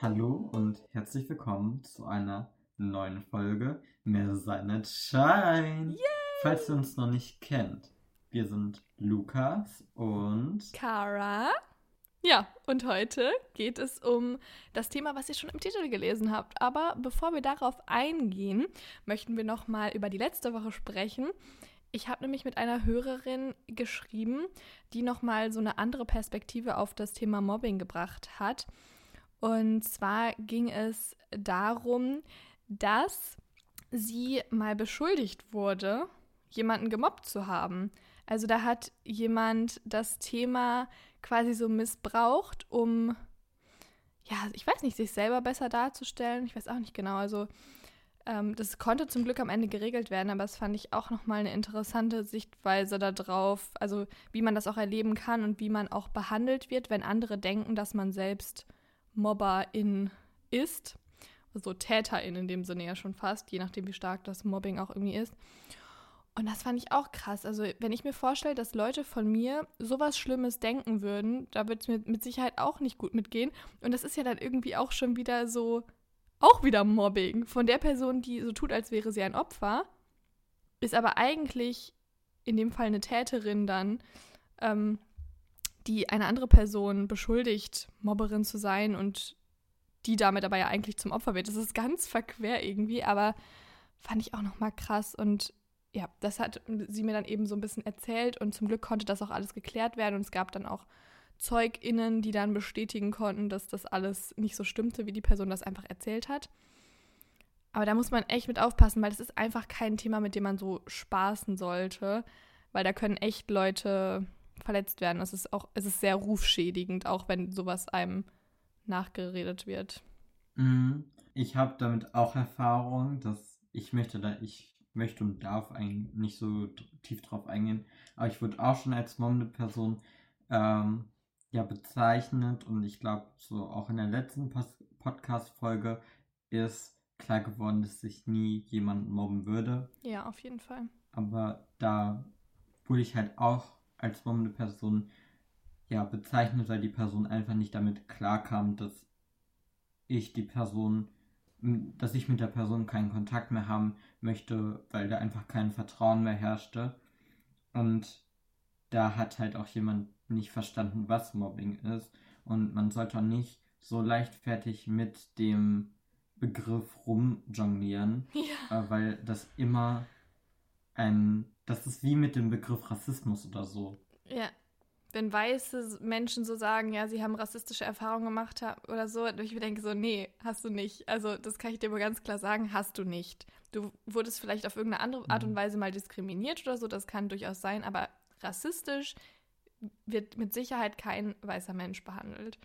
Hallo und herzlich willkommen zu einer neuen Folge Mehr Sein nicht Schein. Falls ihr uns noch nicht kennt, wir sind Lukas und Cara. Ja, und heute geht es um das Thema, was ihr schon im Titel gelesen habt. Aber bevor wir darauf eingehen, möchten wir nochmal über die letzte Woche sprechen. Ich habe nämlich mit einer Hörerin geschrieben, die nochmal so eine andere Perspektive auf das Thema Mobbing gebracht hat. Und zwar ging es darum, dass sie mal beschuldigt wurde, jemanden gemobbt zu haben. Also da hat jemand das Thema quasi so missbraucht, um, ja, ich weiß nicht, sich selber besser darzustellen. Ich weiß auch nicht genau. Also das konnte zum Glück am Ende geregelt werden, aber das fand ich auch nochmal eine interessante Sichtweise darauf, also wie man das auch erleben kann und wie man auch behandelt wird, wenn andere denken, dass man selbst Mobberin ist. Also Täterin in dem Sinne ja schon fast, je nachdem, wie stark das Mobbing auch irgendwie ist. Und das fand ich auch krass. Also wenn ich mir vorstelle, dass Leute von mir sowas Schlimmes denken würden, da wird es mir mit Sicherheit auch nicht gut mitgehen. Und das ist ja dann irgendwie auch schon wieder so, auch wieder Mobbing. Von der Person, die so tut, als wäre sie ein Opfer, ist aber eigentlich in dem Fall eine Täterin dann, die eine andere Person beschuldigt, Mobberin zu sein und die damit aber ja eigentlich zum Opfer wird. Das ist ganz verquer irgendwie, aber fand ich auch nochmal krass. Und ja, das hat sie mir dann eben so ein bisschen erzählt und zum Glück konnte das auch alles geklärt werden und es gab dann auch ZeugInnen, die dann bestätigen konnten, dass das alles nicht so stimmte, wie die Person das einfach erzählt hat. Aber da muss man echt mit aufpassen, weil das ist einfach kein Thema, mit dem man so spaßen sollte, weil da können echt Leute verletzt werden. Es ist sehr rufschädigend, auch wenn sowas einem nachgeredet wird. ich habe damit auch Erfahrung, dass ich möchte und darf eigentlich nicht so tief drauf eingehen, aber ich wurde auch schon als mobbende Person bezeichnet und ich glaube, so auch in der letzten Podcast-Folge ist klar geworden, dass ich nie jemanden mobben würde. Ja, auf jeden Fall. Aber da wurde ich halt auch als mobbende Person bezeichnet, weil die Person einfach nicht damit klarkam, dass ich mit der Person keinen Kontakt mehr haben möchte, weil da einfach kein Vertrauen mehr herrschte. Und da hat halt auch jemand nicht verstanden, was Mobbing ist. Und man sollte auch nicht so leichtfertig mit dem Begriff rumjonglieren, weil das ist wie mit dem Begriff Rassismus oder so. Ja, wenn weiße Menschen so sagen, ja, sie haben rassistische Erfahrungen gemacht oder so, und ich mir denke so, nee, hast du nicht. Also das kann ich dir mal ganz klar sagen, hast du nicht. Du wurdest vielleicht auf irgendeine andere Art und Weise mal diskriminiert oder so, das kann durchaus sein, aber rassistisch wird mit Sicherheit kein weißer Mensch behandelt.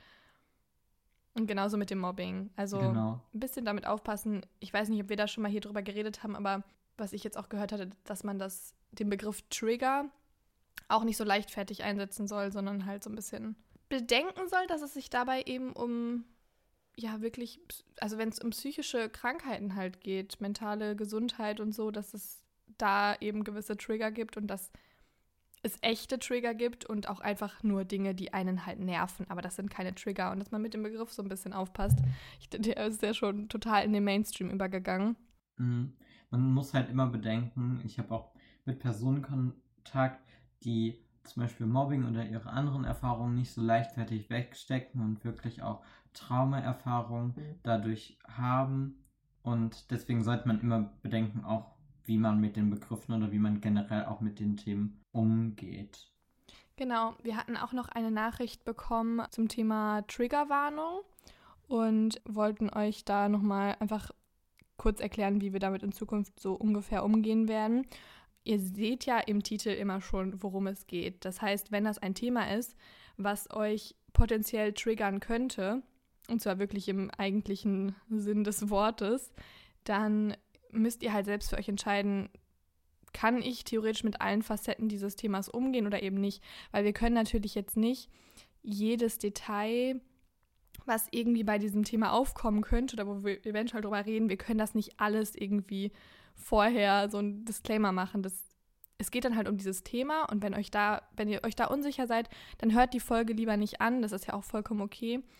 Und genauso mit dem Mobbing. Also ein bisschen damit aufpassen. Ich weiß nicht, ob wir da schon mal hier drüber geredet haben, aber was ich jetzt auch gehört hatte, dass man den Begriff Trigger auch nicht so leichtfertig einsetzen soll, sondern halt so ein bisschen bedenken soll, dass es sich dabei eben um, ja wirklich, also wenn es um psychische Krankheiten halt geht, mentale Gesundheit und so, dass es da eben gewisse Trigger gibt und dass es echte Trigger gibt und auch einfach nur Dinge, die einen halt nerven, aber das sind keine Trigger und dass man mit dem Begriff so ein bisschen aufpasst. Der ist ja schon total in den Mainstream übergegangen. Man muss halt immer bedenken, ich habe auch mit Personen Kontakt, die zum Beispiel Mobbing oder ihre anderen Erfahrungen nicht so leichtfertig wegstecken und wirklich auch Traumaerfahrungen dadurch haben. Und deswegen sollte man immer bedenken, auch wie man mit den Begriffen oder wie man generell auch mit den Themen umgeht. Genau, wir hatten auch noch eine Nachricht bekommen zum Thema Triggerwarnung und wollten euch da nochmal einfach kurz erklären, wie wir damit in Zukunft so ungefähr umgehen werden. Ihr seht ja im Titel immer schon, worum es geht. Das heißt, wenn das ein Thema ist, was euch potenziell triggern könnte, und zwar wirklich im eigentlichen Sinn des Wortes, dann müsst ihr halt selbst für euch entscheiden, kann ich theoretisch mit allen Facetten dieses Themas umgehen oder eben nicht? Weil wir können natürlich jetzt nicht jedes Detail, was irgendwie bei diesem Thema aufkommen könnte oder wo wir eventuell drüber reden, wir können das nicht alles irgendwie vorher so ein Disclaimer machen. Es geht dann halt um dieses Thema und wenn ihr euch da unsicher seid, dann hört die Folge lieber nicht an, das ist ja auch vollkommen okay.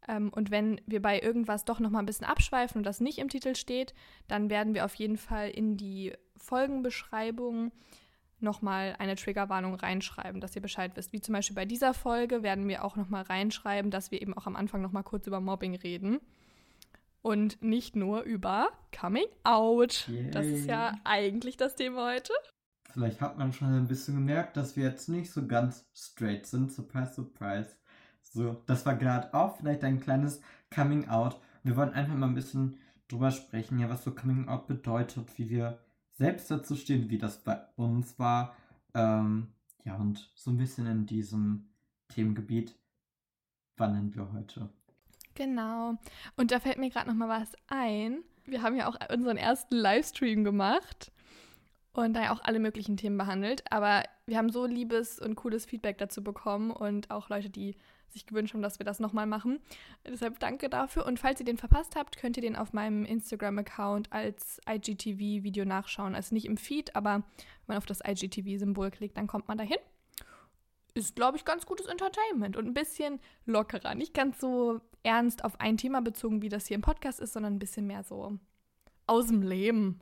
Und wenn wir bei irgendwas doch nochmal ein bisschen abschweifen und das nicht im Titel steht, dann werden wir auf jeden Fall in die Folgenbeschreibung nochmal eine Triggerwarnung reinschreiben, dass ihr Bescheid wisst. Wie zum Beispiel bei dieser Folge werden wir auch nochmal reinschreiben, dass wir eben auch am Anfang nochmal kurz über Mobbing reden. Und nicht nur über Coming Out. Yay. Das ist ja eigentlich das Thema heute. Vielleicht hat man schon ein bisschen gemerkt, dass wir jetzt nicht so ganz straight sind. Surprise, surprise. So, das war gerade auch vielleicht ein kleines Coming Out. Wir wollen einfach mal ein bisschen drüber sprechen, ja, was so Coming Out bedeutet, wie wir selbst dazu stehen, wie das bei uns war. Ja, und so ein bisschen in diesem Themengebiet wandern wir heute. Genau. Und da fällt mir gerade noch mal was ein. Wir haben ja auch unseren ersten Livestream gemacht und da ja auch alle möglichen Themen behandelt. Aber wir haben so liebes und cooles Feedback dazu bekommen und auch Leute, die sich gewünscht haben, dass wir das nochmal machen. Deshalb danke dafür. Und falls ihr den verpasst habt, könnt ihr den auf meinem Instagram-Account als IGTV-Video nachschauen. Also nicht im Feed, aber wenn man auf das IGTV-Symbol klickt, dann kommt man dahin. Ist, glaube ich, ganz gutes Entertainment und ein bisschen lockerer. Nicht ganz so ernst auf ein Thema bezogen, wie das hier im Podcast ist, sondern ein bisschen mehr so aus dem Leben.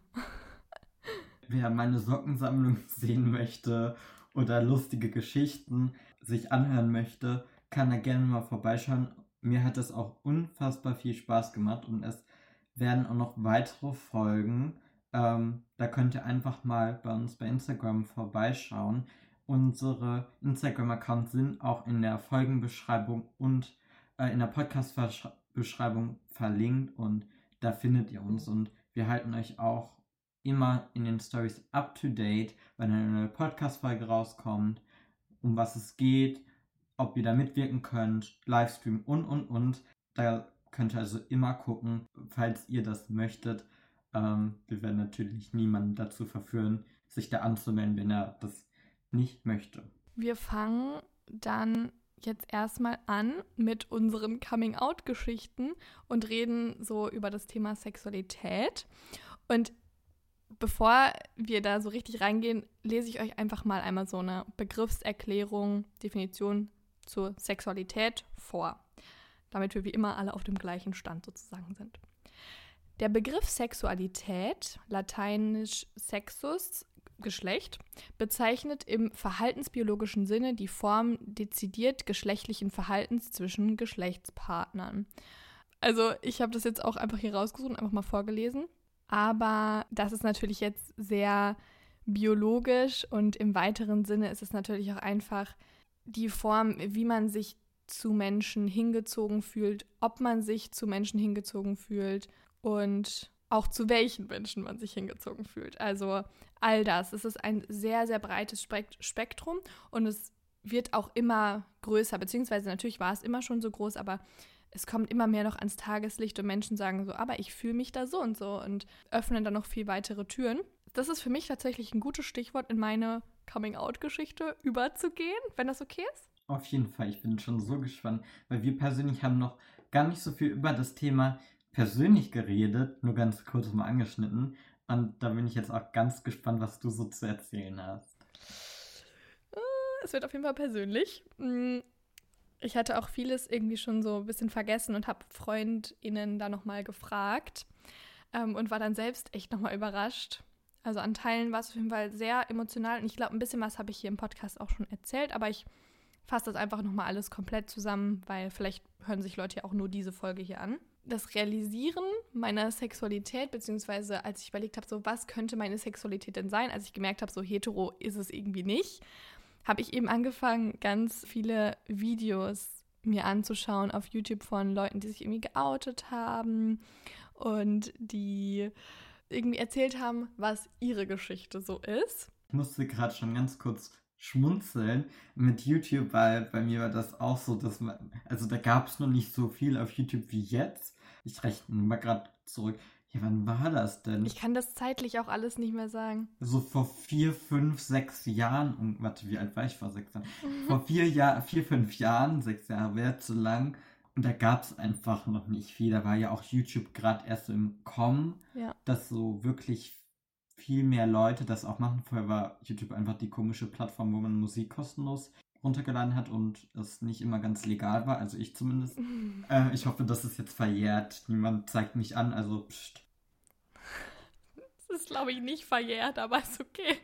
Wer meine Sockensammlung sehen möchte oder lustige Geschichten sich anhören möchte, kann da gerne mal vorbeischauen. Mir hat es auch unfassbar viel Spaß gemacht und es werden auch noch weitere Folgen. Da könnt ihr einfach mal bei uns bei Instagram vorbeischauen. Unsere Instagram-Accounts sind auch in der Folgenbeschreibung und in der Podcast-Beschreibung verlinkt und da findet ihr uns und wir halten euch auch immer in den Stories up to date, wenn eine neue Podcast-Folge rauskommt, um was es geht, ob ihr da mitwirken könnt, Livestream und. Da könnt ihr also immer gucken, falls ihr das möchtet. Wir werden natürlich niemanden dazu verführen, sich da anzumelden, wenn er das nicht möchte. Wir fangen dann jetzt erstmal an mit unseren Coming-out-Geschichten und reden so über das Thema Sexualität. Und bevor wir da so richtig reingehen, lese ich euch einfach mal einmal so eine Begriffserklärung, Definition zur Sexualität vor, damit wir wie immer alle auf dem gleichen Stand sozusagen sind. Der Begriff Sexualität, lateinisch Sexus, Geschlecht, bezeichnet im verhaltensbiologischen Sinne die Form dezidiert geschlechtlichen Verhaltens zwischen Geschlechtspartnern. Also ich habe das jetzt auch einfach hier rausgesucht und einfach mal vorgelesen. Aber das ist natürlich jetzt sehr biologisch und im weiteren Sinne ist es natürlich auch einfach die Form, wie man sich zu Menschen hingezogen fühlt, ob man sich zu Menschen hingezogen fühlt und auch zu welchen Menschen man sich hingezogen fühlt. Also all das. Es ist ein sehr, sehr breites Spektrum und es wird auch immer größer, beziehungsweise natürlich war es immer schon so groß, aber es kommt immer mehr noch ans Tageslicht und Menschen sagen so, aber ich fühle mich da so und öffnen dann noch viel weitere Türen. Das ist für mich tatsächlich ein gutes Stichwort, in meine Coming-out-Geschichte überzugehen, wenn das okay ist. Auf jeden Fall, ich bin schon so gespannt, weil wir persönlich haben noch gar nicht so viel über das Thema persönlich geredet, nur ganz kurz mal angeschnitten. Und da bin ich jetzt auch ganz gespannt, was du so zu erzählen hast. Es wird auf jeden Fall persönlich. Ich hatte auch vieles irgendwie schon so ein bisschen vergessen und habe FreundInnen da nochmal gefragt und war dann selbst echt nochmal überrascht. Also an Teilen war es auf jeden Fall sehr emotional und ich glaube, ein bisschen was habe ich hier im Podcast auch schon erzählt, aber ich fasse das einfach nochmal alles komplett zusammen, weil vielleicht hören sich Leute ja auch nur diese Folge hier an. Das Realisieren meiner Sexualität, beziehungsweise als ich überlegt habe, so was könnte meine Sexualität denn sein, als ich gemerkt habe, so hetero ist es irgendwie nicht, habe ich eben angefangen, ganz viele Videos mir anzuschauen auf YouTube von Leuten, die sich irgendwie geoutet haben und die irgendwie erzählt haben, was ihre Geschichte so ist. Ich musste gerade schon ganz kurz schmunzeln mit YouTube, weil bei mir war das auch so, dass also da gab es noch nicht so viel auf YouTube wie jetzt. Ich rechne mal gerade zurück. Ja, wann war das denn? Ich kann das zeitlich auch alles nicht mehr sagen. So vor 4, 5, 6 Jahren. Warte, wie alt war ich vor 6 Jahren? Vor 4, 5 Jahren, 6 Jahre wäre zu lang. Und da gab es einfach noch nicht viel. Da war ja auch YouTube gerade erst so im Kommen, dass so wirklich viel mehr Leute das auch machen. Vorher war YouTube einfach die komische Plattform, wo man Musik kostenlos runtergeladen hat und es nicht immer ganz legal war, also ich zumindest. Ich hoffe, das ist jetzt verjährt. Niemand zeigt mich an, also pst. Das ist, glaube ich, nicht verjährt, aber ist okay.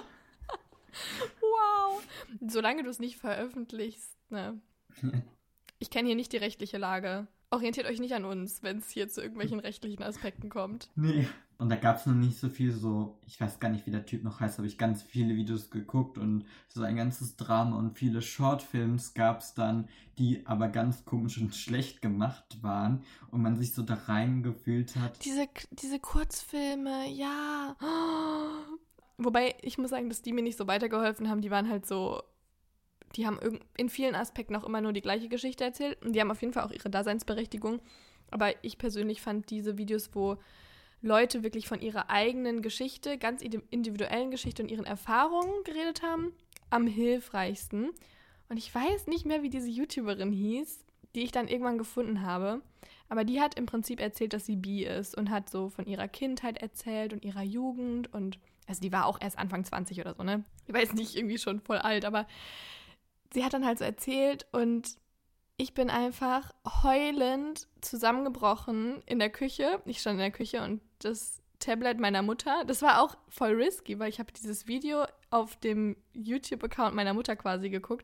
Wow. Solange du es nicht veröffentlichst, ne? Ich kenne hier nicht die rechtliche Lage. Orientiert euch nicht an uns, wenn es hier zu irgendwelchen rechtlichen Aspekten kommt. Nee. Und da gab es noch nicht so viel so, ich weiß gar nicht, wie der Typ noch heißt, habe ich ganz viele Videos geguckt und so ein ganzes Drama und viele Shortfilms gab es dann, die aber ganz komisch und schlecht gemacht waren und man sich so da reingefühlt hat. Diese Kurzfilme, ja. Wobei, ich muss sagen, dass die mir nicht so weitergeholfen haben. Die waren halt so, die haben in vielen Aspekten auch immer nur die gleiche Geschichte erzählt. Und die haben auf jeden Fall auch ihre Daseinsberechtigung. Aber ich persönlich fand diese Videos, wo Leute wirklich von ihrer eigenen Geschichte, ganz individuellen Geschichte und ihren Erfahrungen geredet haben, am hilfreichsten. Und ich weiß nicht mehr, wie diese YouTuberin hieß, die ich dann irgendwann gefunden habe. Aber die hat im Prinzip erzählt, dass sie bi ist und hat so von ihrer Kindheit erzählt und ihrer Jugend und also die war auch erst Anfang 20 oder so, ne? Ich weiß nicht, irgendwie schon voll alt, aber sie hat dann halt so erzählt und ich bin einfach heulend zusammengebrochen in der Küche. Ich stand in der Küche und das Tablet meiner Mutter, das war auch voll risky, weil ich habe dieses Video auf dem YouTube-Account meiner Mutter quasi geguckt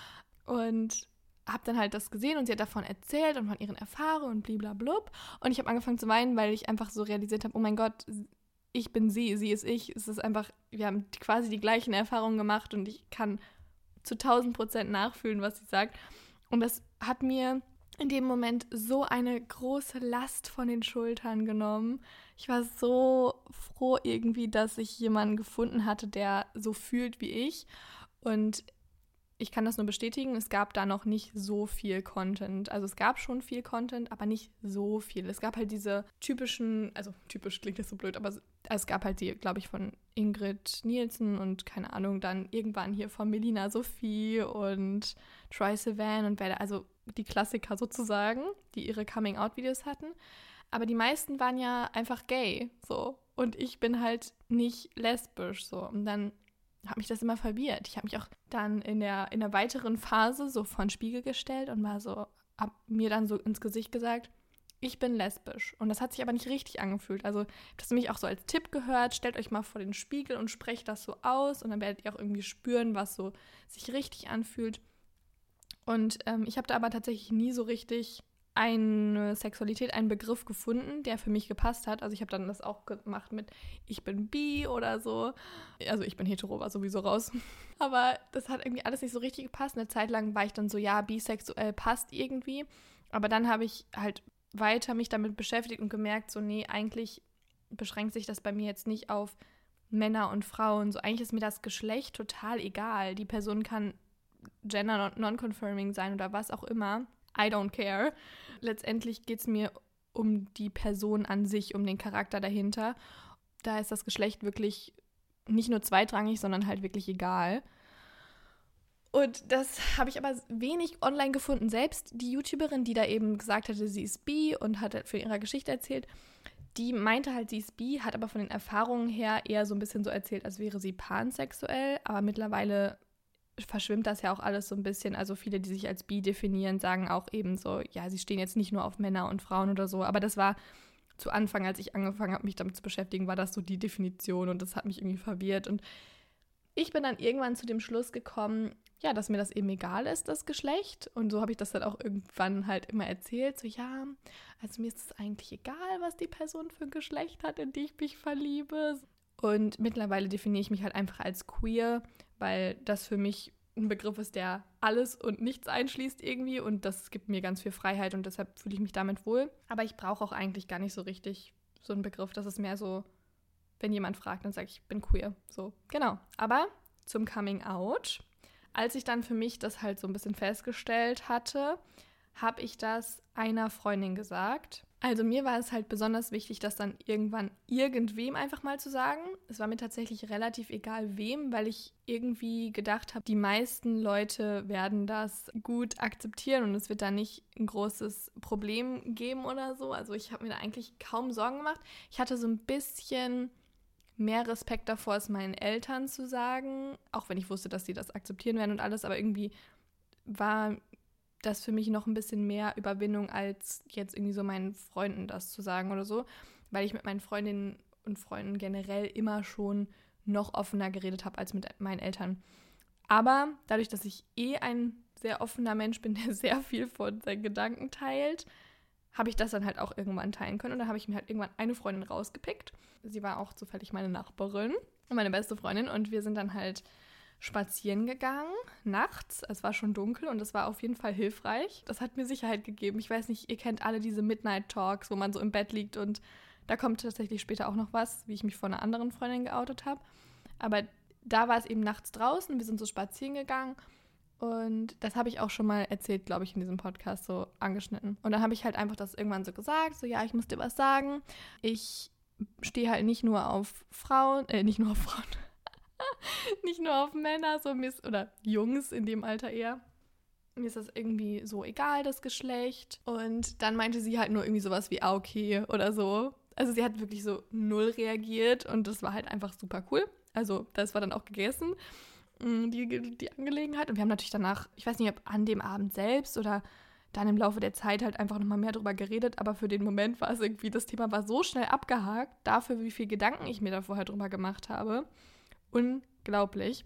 und habe dann halt das gesehen und sie hat davon erzählt und von ihren Erfahrungen und bliblablub. Und ich habe angefangen zu weinen, weil ich einfach so realisiert habe, oh mein Gott, ich bin sie ist ich. Es ist einfach, wir haben quasi die gleichen Erfahrungen gemacht und ich kann zu 1000% nachfühlen, was sie sagt. Und das hat mir in dem Moment so eine große Last von den Schultern genommen. Ich war so froh irgendwie, dass ich jemanden gefunden hatte, der so fühlt wie ich. Und ich kann das nur bestätigen, es gab da noch nicht so viel Content. Also es gab schon viel Content, aber nicht so viel. Es gab halt diese typischen, also typisch klingt das so blöd, aber es gab halt die, glaube ich, von Ingrid Nielsen und keine Ahnung, dann irgendwann hier von Melina Sophie und Troye Sivan und also die Klassiker sozusagen, die ihre Coming-out-Videos hatten. Aber die meisten waren ja einfach gay, so. Und ich bin halt nicht lesbisch, so. Und dann hat mich das immer verwirrt. Ich habe mich auch dann in der weiteren Phase so vor den Spiegel gestellt und war so, hab mir dann so ins Gesicht gesagt, ich bin lesbisch. Und das hat sich aber nicht richtig angefühlt. Also, ich habe das nämlich auch so als Tipp gehört, stellt euch mal vor den Spiegel und sprecht das so aus und dann werdet ihr auch irgendwie spüren, was so sich richtig anfühlt. Und ich habe da aber tatsächlich nie so richtig eine Sexualität, einen Begriff gefunden, der für mich gepasst hat. Also ich habe dann das auch gemacht mit ich bin bi oder so. Also ich bin hetero, war sowieso raus. Aber das hat irgendwie alles nicht so richtig gepasst. Eine Zeit lang war ich dann so, ja, bisexuell passt irgendwie. Aber dann habe ich halt weiter mich damit beschäftigt und gemerkt, so nee, eigentlich beschränkt sich das bei mir jetzt nicht auf Männer und Frauen. So eigentlich ist mir das Geschlecht total egal. Die Person kann gender non-confirming sein oder was auch immer. I don't care. Letztendlich geht es mir um die Person an sich, um den Charakter dahinter. Da ist das Geschlecht wirklich nicht nur zweitrangig, sondern halt wirklich egal. Und das habe ich aber wenig online gefunden. Selbst die YouTuberin, die da eben gesagt hatte, sie ist bi und hat für ihre Geschichte erzählt, die meinte halt, sie ist bi, hat aber von den Erfahrungen her eher so ein bisschen so erzählt, als wäre sie pansexuell. Aber mittlerweile verschwimmt das ja auch alles so ein bisschen. Also viele, die sich als bi definieren, sagen auch eben so, ja, sie stehen jetzt nicht nur auf Männer und Frauen oder so. Aber das war zu Anfang, als ich angefangen habe, mich damit zu beschäftigen, war das so die Definition und das hat mich irgendwie verwirrt. Und ich bin dann irgendwann zu dem Schluss gekommen, ja, dass mir das eben egal ist, das Geschlecht. Und so habe ich das dann auch irgendwann halt immer erzählt. So, ja, also mir ist es eigentlich egal, was die Person für ein Geschlecht hat, in die ich mich verliebe. Und mittlerweile definiere ich mich halt einfach als queer, weil das für mich ein Begriff ist, der alles und nichts einschließt irgendwie. Und das gibt mir ganz viel Freiheit und deshalb fühle ich mich damit wohl. Aber ich brauche auch eigentlich gar nicht so richtig so einen Begriff. Das ist mehr so, wenn jemand fragt, dann sage ich, ich bin queer. So, genau. Aber zum Coming Out. Als ich dann für mich das halt so ein bisschen festgestellt hatte, habe ich das einer Freundin gesagt. Also mir war es halt besonders wichtig, das dann irgendwann irgendwem einfach mal zu sagen. Es war mir tatsächlich relativ egal wem, weil ich irgendwie gedacht habe, die meisten Leute werden das gut akzeptieren und es wird da nicht ein großes Problem geben oder so. Also ich habe mir da eigentlich kaum Sorgen gemacht. Ich hatte so ein bisschen mehr Respekt davor, es meinen Eltern zu sagen, auch wenn ich wusste, dass sie das akzeptieren werden und alles, aber irgendwie war das für mich noch ein bisschen mehr Überwindung, als jetzt irgendwie so meinen Freunden das zu sagen oder so, weil ich mit meinen Freundinnen und Freunden generell immer schon noch offener geredet habe als mit meinen Eltern. Aber dadurch, dass ich ein sehr offener Mensch bin, der sehr viel von seinen Gedanken teilt, habe ich das dann halt auch irgendwann teilen können. Und dann habe ich mir halt irgendwann eine Freundin rausgepickt. Sie war auch zufällig meine Nachbarin und meine beste Freundin. Und wir sind dann halt spazieren gegangen, nachts. Es war schon dunkel und das war auf jeden Fall hilfreich. Das hat mir Sicherheit gegeben. Ich weiß nicht, ihr kennt alle diese Midnight Talks, wo man so im Bett liegt und da kommt tatsächlich später auch noch was, wie ich mich vor einer anderen Freundin geoutet habe. Aber da war es eben nachts draußen, wir sind so spazieren gegangen und das habe ich auch schon mal erzählt, glaube ich, in diesem Podcast so angeschnitten. Und dann habe ich halt einfach das irgendwann so gesagt, so ja, ich muss dir was sagen. Ich stehe halt nicht nur auf Frauen, nicht nur auf Männer, so oder Jungs in dem Alter eher. Mir ist das irgendwie so egal, das Geschlecht. Und dann meinte sie halt nur irgendwie sowas wie, okay oder so. Also sie hat wirklich so null reagiert und das war halt einfach super cool. Also das war dann auch gegessen, die Angelegenheit. Und wir haben natürlich danach, ich weiß nicht, ob an dem Abend selbst oder dann im Laufe der Zeit halt einfach nochmal mehr drüber geredet. Aber für den Moment war es irgendwie, das Thema war so schnell abgehakt, dafür, wie viel Gedanken ich mir da vorher drüber gemacht habe. Unglaublich.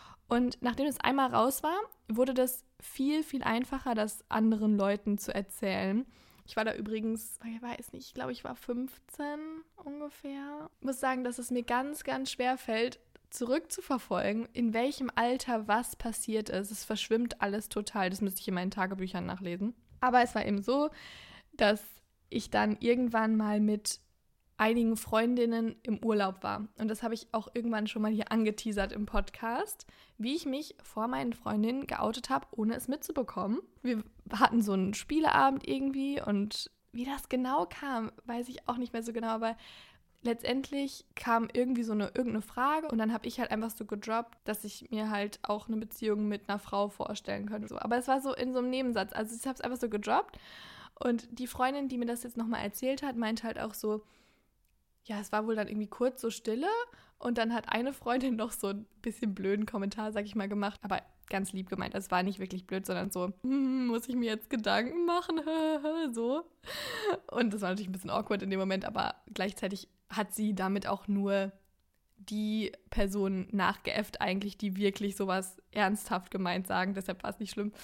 Und nachdem es einmal raus war, wurde das viel, viel einfacher, das anderen Leuten zu erzählen. Ich war da übrigens, ich weiß nicht, ich glaube, ich war 15 ungefähr. Ich muss sagen, dass es mir ganz, ganz schwer fällt, zurückzuverfolgen, in welchem Alter was passiert ist. Es verschwimmt alles total. Das müsste ich in meinen Tagebüchern nachlesen. Aber es war eben so, dass ich dann irgendwann mal mit einigen Freundinnen im Urlaub war. Und das habe ich auch irgendwann schon mal hier angeteasert im Podcast, wie ich mich vor meinen Freundinnen geoutet habe, ohne es mitzubekommen. Wir hatten so einen Spieleabend irgendwie und wie das genau kam, weiß ich auch nicht mehr so genau, aber letztendlich kam irgendwie so irgendeine Frage und dann habe ich halt einfach so gedroppt, dass ich mir halt auch eine Beziehung mit einer Frau vorstellen könnte. So. Aber es war so in so einem Nebensatz. Also ich habe es einfach so gedroppt und die Freundin, die mir das jetzt nochmal erzählt hat, meinte halt auch so, ja, es war wohl dann irgendwie kurz so Stille und dann hat eine Freundin noch so ein bisschen blöden Kommentar, sag ich mal, gemacht, aber ganz lieb gemeint. Es war nicht wirklich blöd, sondern so, muss ich mir jetzt Gedanken machen? So. Und das war natürlich ein bisschen awkward in dem Moment, aber gleichzeitig hat sie damit auch nur die Personen nachgeäfft eigentlich, die wirklich sowas ernsthaft gemeint sagen. Deshalb war es nicht schlimm.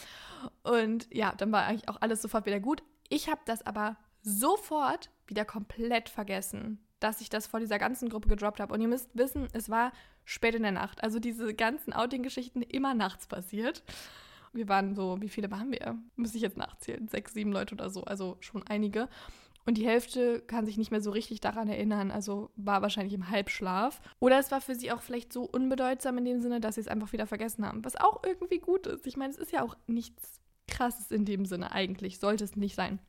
Und ja, dann war eigentlich auch alles sofort wieder gut. Ich habe das aber sofort wieder komplett vergessen, dass ich das vor dieser ganzen Gruppe gedroppt habe. Und ihr müsst wissen, es war spät in der Nacht. Also diese ganzen Outing-Geschichten immer nachts passiert. Wir waren so, wie viele waren wir? Muss ich jetzt nachzählen. 6, 7 Leute oder so. Also schon einige. Und die Hälfte kann sich nicht mehr so richtig daran erinnern. Also war wahrscheinlich im Halbschlaf. Oder es war für sie auch vielleicht so unbedeutsam in dem Sinne, dass sie es einfach wieder vergessen haben. Was auch irgendwie gut ist. Ich meine, es ist ja auch nichts Krasses in dem Sinne eigentlich. Sollte es nicht sein.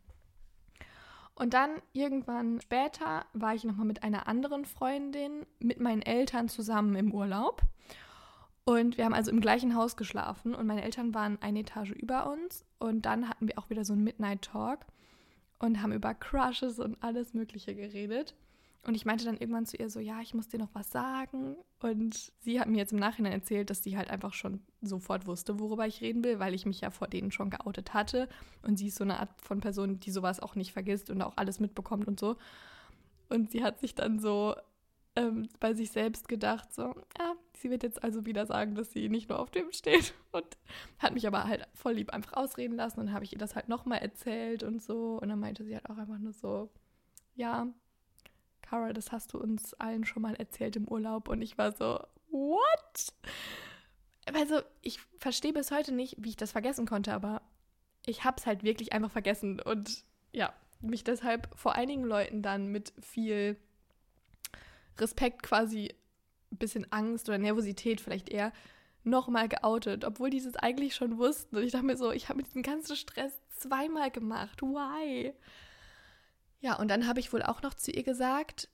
Und dann irgendwann später war ich nochmal mit einer anderen Freundin mit meinen Eltern zusammen im Urlaub. Und wir haben also im gleichen Haus geschlafen und meine Eltern waren eine Etage über uns. Und dann hatten wir auch wieder so einen Midnight Talk und haben über Crushes und alles Mögliche geredet. Und ich meinte dann irgendwann zu ihr so, ja, ich muss dir noch was sagen. Und sie hat mir jetzt im Nachhinein erzählt, dass sie halt einfach schon sofort wusste, worüber ich reden will, weil ich mich ja vor denen schon geoutet hatte. Und sie ist so eine Art von Person, die sowas auch nicht vergisst und auch alles mitbekommt und so. Und sie hat sich dann so bei sich selbst gedacht, so, ja, sie wird jetzt also wieder sagen, dass sie nicht nur auf dem steht. Und hat mich aber halt voll lieb einfach ausreden lassen. Und dann habe ich ihr das halt nochmal erzählt und so. Und dann meinte sie halt auch einfach nur so, ja, Cara, das hast du uns allen schon mal erzählt im Urlaub. Und ich war so, what? Also ich verstehe bis heute nicht, wie ich das vergessen konnte, aber ich habe es halt wirklich einfach vergessen. Und ja, mich deshalb vor einigen Leuten dann mit viel Respekt quasi, ein bisschen Angst oder Nervosität vielleicht eher, nochmal geoutet, obwohl die es eigentlich schon wussten. Und ich dachte mir so, ich habe mir diesen ganzen Stress 2-mal gemacht. Why? Ja, und dann habe ich wohl auch noch zu ihr gesagt,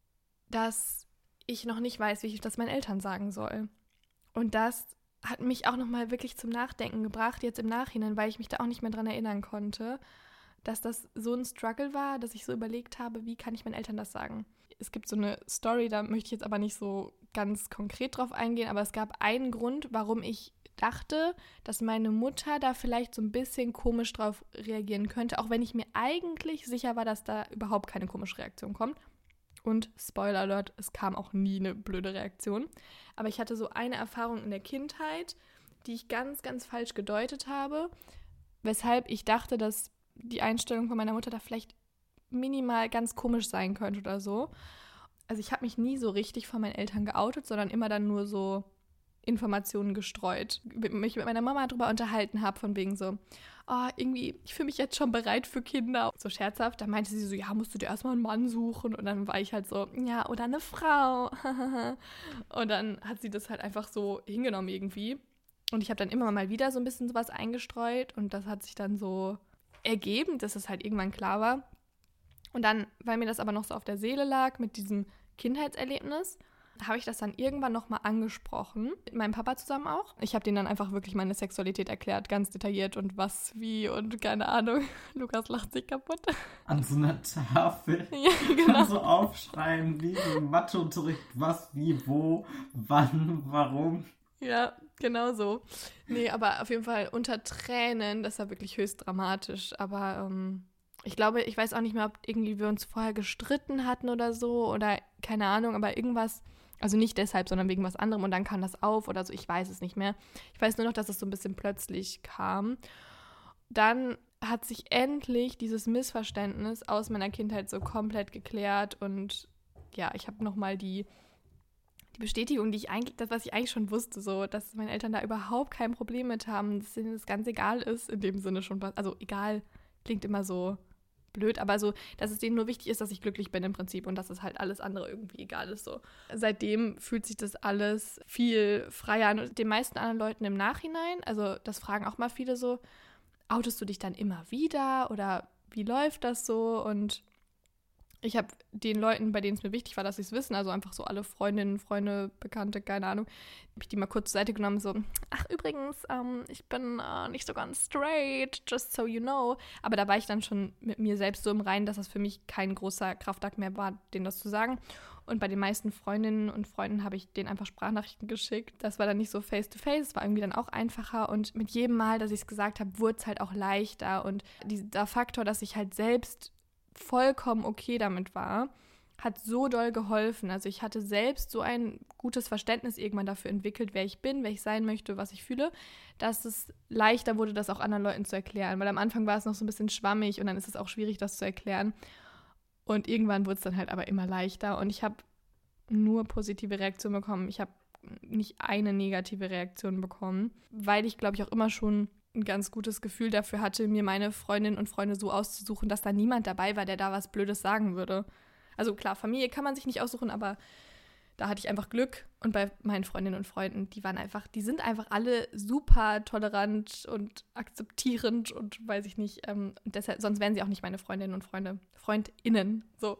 dass ich noch nicht weiß, wie ich das meinen Eltern sagen soll. Und das hat mich auch nochmal wirklich zum Nachdenken gebracht, jetzt im Nachhinein, weil ich mich da auch nicht mehr dran erinnern konnte, dass das so ein Struggle war, dass ich so überlegt habe, wie kann ich meinen Eltern das sagen. Es gibt so eine Story, da möchte ich jetzt aber nicht so ganz konkret drauf eingehen, aber es gab einen Grund, warum ich dachte, dass meine Mutter da vielleicht so ein bisschen komisch drauf reagieren könnte, auch wenn ich mir eigentlich sicher war, dass da überhaupt keine komische Reaktion kommt. Und Spoiler Alert, es kam auch nie eine blöde Reaktion. Aber ich hatte so eine Erfahrung in der Kindheit, die ich ganz, ganz falsch gedeutet habe, weshalb ich dachte, dass die Einstellung von meiner Mutter da vielleicht minimal ganz komisch sein könnte oder so. Also ich habe mich nie so richtig von meinen Eltern geoutet, sondern immer dann nur so Informationen gestreut. Mich mit meiner Mama darüber unterhalten habe, von wegen so, oh, irgendwie, ich fühle mich jetzt schon bereit für Kinder. So scherzhaft, da meinte sie so, ja, musst du dir erstmal einen Mann suchen. Und dann war ich halt so, ja, oder eine Frau. Und dann hat sie das halt einfach so hingenommen irgendwie. Und ich habe dann immer mal wieder so ein bisschen sowas eingestreut und das hat sich dann so ergeben, dass es halt irgendwann klar war. Und dann, weil mir das aber noch so auf der Seele lag mit diesem Kindheitserlebnis, habe ich das dann irgendwann nochmal angesprochen, mit meinem Papa zusammen auch. Ich habe denen dann einfach wirklich meine Sexualität erklärt, ganz detailliert und was, wie und keine Ahnung. Lukas lacht sich kaputt. An so einer Tafel Ja, genau. kannst du aufschreiben, wie im Matheunterricht, was, wie, wo, wann, warum. Ja, genau so. Nee, aber auf jeden Fall unter Tränen, das war wirklich höchst dramatisch. Aber ich glaube, ich weiß auch nicht mehr, ob irgendwie wir uns vorher gestritten hatten oder so oder keine Ahnung, aber irgendwas, also nicht deshalb, sondern wegen was anderem und dann kam das auf oder so, ich weiß es nicht mehr. Ich weiß nur noch, dass es so ein bisschen plötzlich kam. Dann hat sich endlich dieses Missverständnis aus meiner Kindheit so komplett geklärt und ja, ich habe nochmal die Bestätigung, das, was ich eigentlich schon wusste, so, dass meine Eltern da überhaupt kein Problem mit haben, dass ihnen das ganz egal ist, in dem Sinne schon, also egal, klingt immer so blöd, aber so, dass es denen nur wichtig ist, dass ich glücklich bin im Prinzip und dass es halt alles andere irgendwie egal ist, so. Seitdem fühlt sich das alles viel freier an und den meisten anderen Leuten im Nachhinein, also das fragen auch mal viele so, outest du dich dann immer wieder oder wie läuft das so? Und ich habe den Leuten, bei denen es mir wichtig war, dass sie es wissen, also einfach so alle Freundinnen, Freunde, Bekannte, keine Ahnung, habe ich die mal kurz zur Seite genommen, so, ach übrigens, ich bin nicht so ganz straight, just so you know. Aber da war ich dann schon mit mir selbst so im Reinen, dass das für mich kein großer Kraftakt mehr war, denen das zu sagen. Und bei den meisten Freundinnen und Freunden habe ich denen einfach Sprachnachrichten geschickt. Das war dann nicht so face-to-face, es war irgendwie dann auch einfacher. Und mit jedem Mal, dass ich es gesagt habe, wurde es halt auch leichter. Und dieser Faktor, dass ich halt selbst vollkommen okay damit war, hat so doll geholfen. Also ich hatte selbst so ein gutes Verständnis irgendwann dafür entwickelt, wer ich bin, wer ich sein möchte, was ich fühle, dass es leichter wurde, das auch anderen Leuten zu erklären. Weil am Anfang war es noch so ein bisschen schwammig und dann ist es auch schwierig, das zu erklären. Und irgendwann wurde es dann halt aber immer leichter. Und ich habe nur positive Reaktionen bekommen. Ich habe nicht eine negative Reaktion bekommen, weil ich, glaube ich, auch immer schon ein ganz gutes Gefühl dafür hatte, mir meine Freundinnen und Freunde so auszusuchen, dass da niemand dabei war, der da was Blödes sagen würde. Also klar, Familie kann man sich nicht aussuchen, aber da hatte ich einfach Glück. Und bei meinen Freundinnen und Freunden, die sind einfach alle super tolerant und akzeptierend und weiß ich nicht. Deshalb, sonst wären sie auch nicht meine Freundinnen und FreundInnen. So.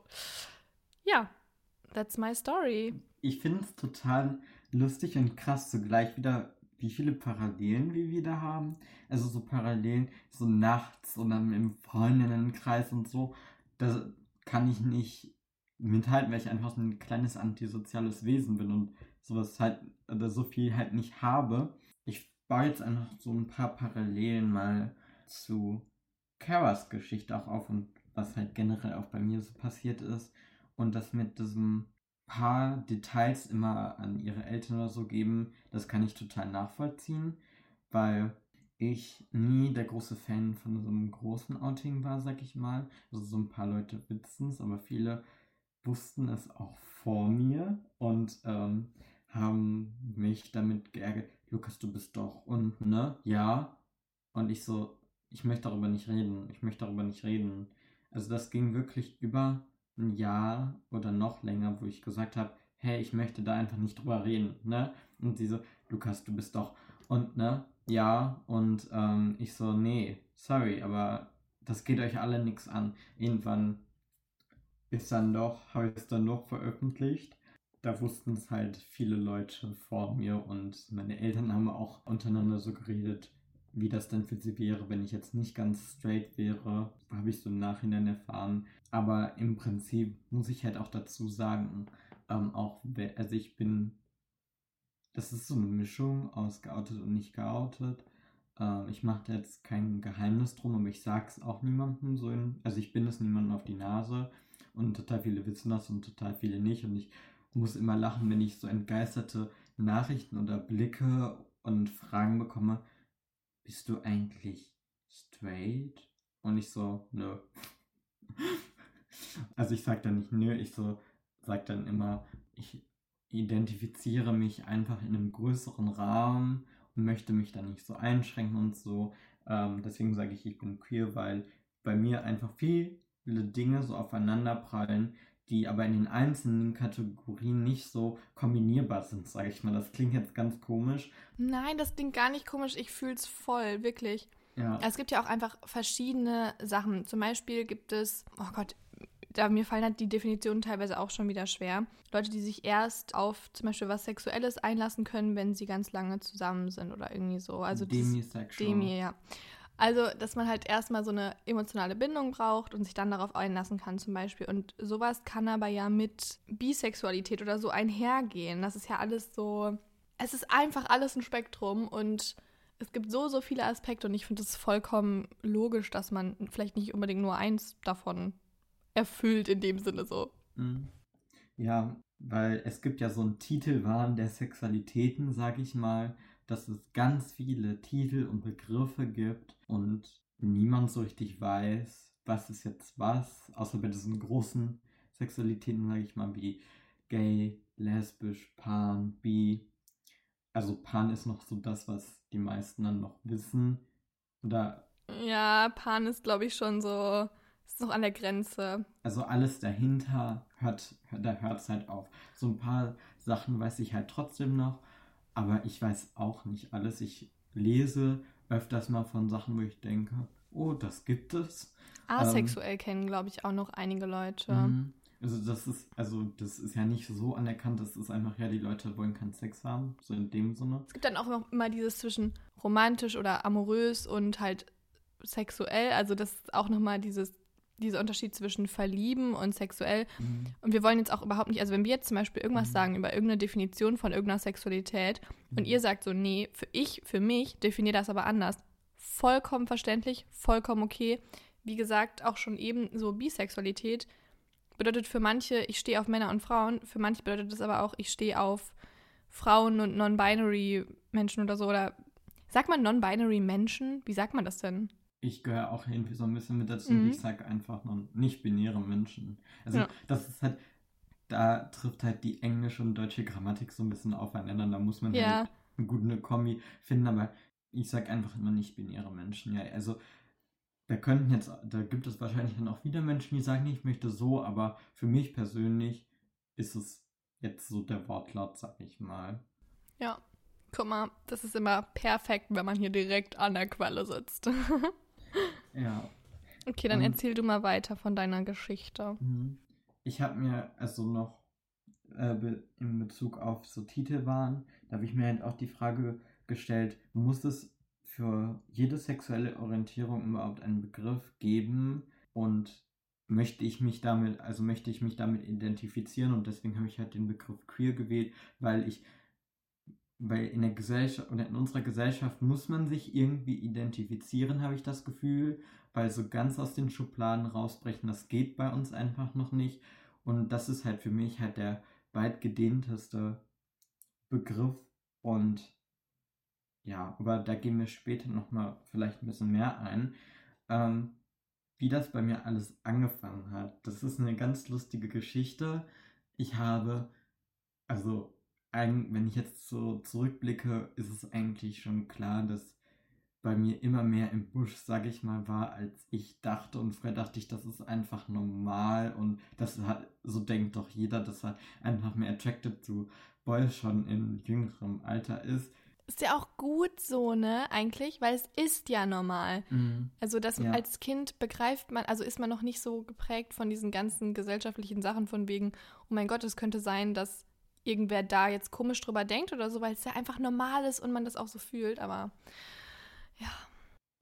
Ja, that's my story. Ich finde es total lustig und krass zugleich wieder, wie viele Parallelen wir wieder haben. Also so Parallelen, so nachts und dann im Freundinnenkreis und so. Da kann ich nicht mithalten, weil ich einfach so ein kleines antisoziales Wesen bin und sowas halt, oder so viel halt nicht habe. Ich baue jetzt einfach so ein paar Parallelen mal zu Caras Geschichte auch auf und was halt generell auch bei mir so passiert ist. Und das mit diesem paar Details immer an ihre Eltern oder so geben, das kann ich total nachvollziehen, weil ich nie der große Fan von so einem großen Outing war, sag ich mal. Also so ein paar Leute wissen es, aber viele wussten es auch vor mir und haben mich damit geärgert. Lukas, du bist doch und ne? Ja. Und ich so, ich möchte darüber nicht reden. Ich möchte darüber nicht reden. Also das ging wirklich über ein Jahr oder noch länger, wo ich gesagt habe, hey, ich möchte da einfach nicht drüber reden, ne? Und sie so, Lukas, du bist doch, und ne? Ja, und ich so, nee, sorry, aber das geht euch alle nichts an. Irgendwann habe ich es dann doch veröffentlicht. Da wussten es halt viele Leute vor mir und meine Eltern haben auch untereinander so geredet, wie das denn für sie wäre, wenn ich jetzt nicht ganz straight wäre, habe ich so im Nachhinein erfahren. Aber im Prinzip muss ich halt auch dazu sagen, also das ist so eine Mischung aus geoutet und nicht geoutet. Ich mache da jetzt kein Geheimnis drum, aber ich sag's auch niemandem also ich bin es niemandem auf die Nase und total viele wissen das und total viele nicht und ich muss immer lachen, wenn ich so entgeisterte Nachrichten oder Blicke und Fragen bekomme, bist du eigentlich straight? Und ich so, nö. Also ich sag dann nicht nö, sag dann immer, ich identifiziere mich einfach in einem größeren Rahmen und möchte mich da nicht so einschränken und so. Deswegen sage ich bin queer, weil bei mir einfach viele Dinge so aufeinander prallen, die aber in den einzelnen Kategorien nicht so kombinierbar sind, sage ich mal. Das klingt jetzt ganz komisch. Nein, das klingt gar nicht komisch. Ich fühle es voll, wirklich. Ja. Es gibt ja auch einfach verschiedene Sachen. Zum Beispiel gibt es, oh Gott, mir fallen halt die Definitionen teilweise auch schon wieder schwer. Leute, die sich erst auf zum Beispiel was Sexuelles einlassen können, wenn sie ganz lange zusammen sind oder irgendwie so. Also Demisexual. Ja. Also, dass man halt erstmal so eine emotionale Bindung braucht und sich dann darauf einlassen kann zum Beispiel. Und sowas kann aber ja mit Bisexualität oder so einhergehen. Das ist ja alles so, es ist einfach alles ein Spektrum und es gibt so viele Aspekte und ich finde es vollkommen logisch, dass man vielleicht nicht unbedingt nur eins davon erfüllt in dem Sinne so. Ja, weil es gibt ja so einen Titelwahn der Sexualitäten, sag ich mal, dass es ganz viele Titel und Begriffe gibt und niemand so richtig weiß, was ist jetzt was, außer bei diesen großen Sexualitäten, sag ich mal, wie gay, lesbisch, pan, bi. Also pan ist noch so das, was die meisten dann noch wissen. Oder ja, pan ist, glaube ich, schon so, ist noch an der Grenze. Also alles dahinter da hört es halt auf. So ein paar Sachen weiß ich halt trotzdem noch, aber ich weiß auch nicht alles. Ich lese öfters mal von Sachen, wo ich denke, oh, das gibt es. Asexuell kennen, glaube ich, auch noch einige Leute. Also das ist ja nicht so anerkannt, das ist einfach, ja, die Leute wollen keinen Sex haben, so in dem Sinne. Es gibt dann auch noch immer dieses zwischen romantisch oder amorös und halt sexuell, also das ist auch nochmal dieser Unterschied zwischen verlieben und sexuell. Und wir wollen jetzt auch überhaupt nicht, also wenn wir jetzt zum Beispiel irgendwas sagen über irgendeine Definition von irgendeiner Sexualität und ihr sagt so, nee, für mich definiere das aber anders. Vollkommen verständlich, vollkommen okay. Wie gesagt, auch schon eben so Bisexualität bedeutet für manche, ich stehe auf Männer und Frauen, für manche bedeutet das aber auch, ich stehe auf Frauen und non-binary Menschen oder so. Oder sagt man non-binary Menschen? Wie sagt man das denn? Ich gehöre auch irgendwie so ein bisschen mit dazu und ich sage einfach nur nicht-binäre Menschen. Also das ist halt, da trifft halt die englische und deutsche Grammatik so ein bisschen aufeinander. Da muss man halt eine gute Kombi finden, aber ich sage einfach immer nicht-binäre Menschen. Ja, also da gibt es wahrscheinlich dann auch wieder Menschen, die sagen, ich möchte so, aber für mich persönlich ist es jetzt so der Wortlaut, sag ich mal. Ja, guck mal, das ist immer perfekt, wenn man hier direkt an der Quelle sitzt. Ja. Okay, dann erzähl du mal weiter von deiner Geschichte. Ich habe mir also noch in Bezug auf so Titelwahn, da habe ich mir halt auch die Frage gestellt, muss es für jede sexuelle Orientierung überhaupt einen Begriff geben und möchte ich mich damit identifizieren und deswegen habe ich halt den Begriff queer gewählt, weil in der Gesellschaft oder in unserer Gesellschaft muss man sich irgendwie identifizieren, habe ich das Gefühl, weil so ganz aus den Schubladen rausbrechen, das geht bei uns einfach noch nicht und das ist halt für mich halt der weit gedehnteste Begriff und ja, aber da gehen wir später nochmal vielleicht ein bisschen mehr ein. Wie das bei mir alles angefangen hat, das ist eine ganz lustige Geschichte. Ich habe, wenn ich jetzt so zurückblicke, ist es eigentlich schon klar, dass bei mir immer mehr im Busch, sag ich mal, war, als ich dachte. Und früher dachte ich, das ist einfach normal und so denkt doch jeder, dass er einfach mehr attracted to boys schon in jüngerem Alter ist. Ist ja auch gut so, ne, eigentlich, weil es ist ja normal. Also das als Kind begreift man, also ist man noch nicht so geprägt von diesen ganzen gesellschaftlichen Sachen von wegen, oh mein Gott, es könnte sein, dass irgendwer da jetzt komisch drüber denkt oder so, weil es ja einfach normal ist und man das auch so fühlt, aber ja.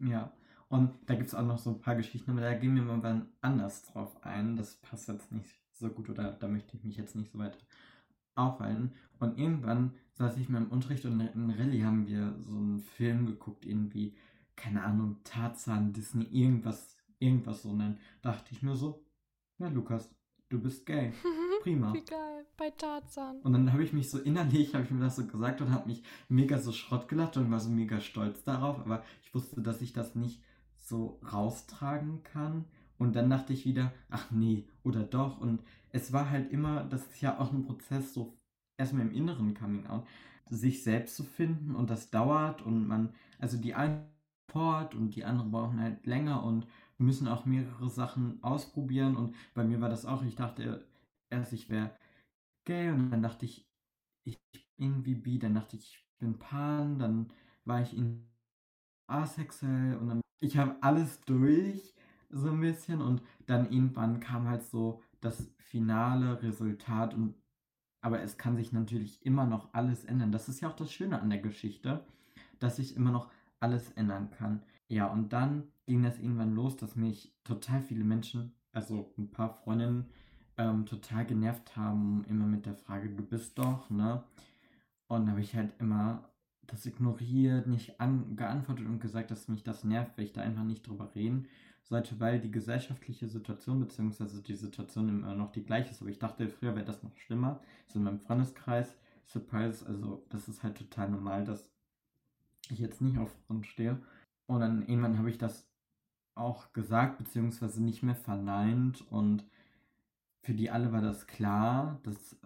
Ja, und da gibt es auch noch so ein paar Geschichten, aber da gehen wir mal wann anders drauf ein. Das passt jetzt nicht so gut oder da möchte ich mich jetzt nicht so weit aufhalten. Und irgendwann saß ich mal im Unterricht und in Rallye haben wir so einen Film geguckt, irgendwie, keine Ahnung, Tarzan, Disney, irgendwas so. Und dann dachte ich mir so, ja, Lukas, du bist gay. Prima. Wie geil, bei Tarzan. Und dann habe ich mich so innerlich, habe ich mir das so gesagt und habe mich mega so Schrott gelacht und war so mega stolz darauf. Aber ich wusste, dass ich das nicht so raustragen kann. Und dann dachte ich wieder, ach nee, oder doch. Und es war halt immer, das ist ja auch ein Prozess, so erstmal im inneren Coming Out, sich selbst zu finden und das dauert und also die einen fort und die anderen brauchen halt länger und müssen auch mehrere Sachen ausprobieren. Und bei mir war das auch, ich dachte erst, ich wäre gay und dann dachte ich bin irgendwie bi, dann dachte ich bin pan, dann war ich in asexuell und dann ich habe alles durch so ein bisschen und dann irgendwann kam halt so das finale Resultat und aber es kann sich natürlich immer noch alles ändern. Das ist ja auch das Schöne an der Geschichte, dass sich immer noch alles ändern kann. Ja, und dann ging das irgendwann los, dass mich total viele Menschen, also ein paar Freundinnen, total genervt haben, immer mit der Frage, du bist doch, ne? Und habe ich halt immer das ignoriert, nicht geantwortet und gesagt, dass mich das nervt, weil ich da einfach nicht drüber reden sollte, weil die gesellschaftliche Situation bzw. die Situation immer noch die gleiche ist. Aber ich dachte, früher wäre das noch schlimmer. So in meinem Freundeskreis, Surprise, also das ist halt total normal, dass ich jetzt nicht auf Frauen stehe. Und dann irgendwann habe ich das auch gesagt, beziehungsweise nicht mehr verneint. Und für die alle war das klar, dass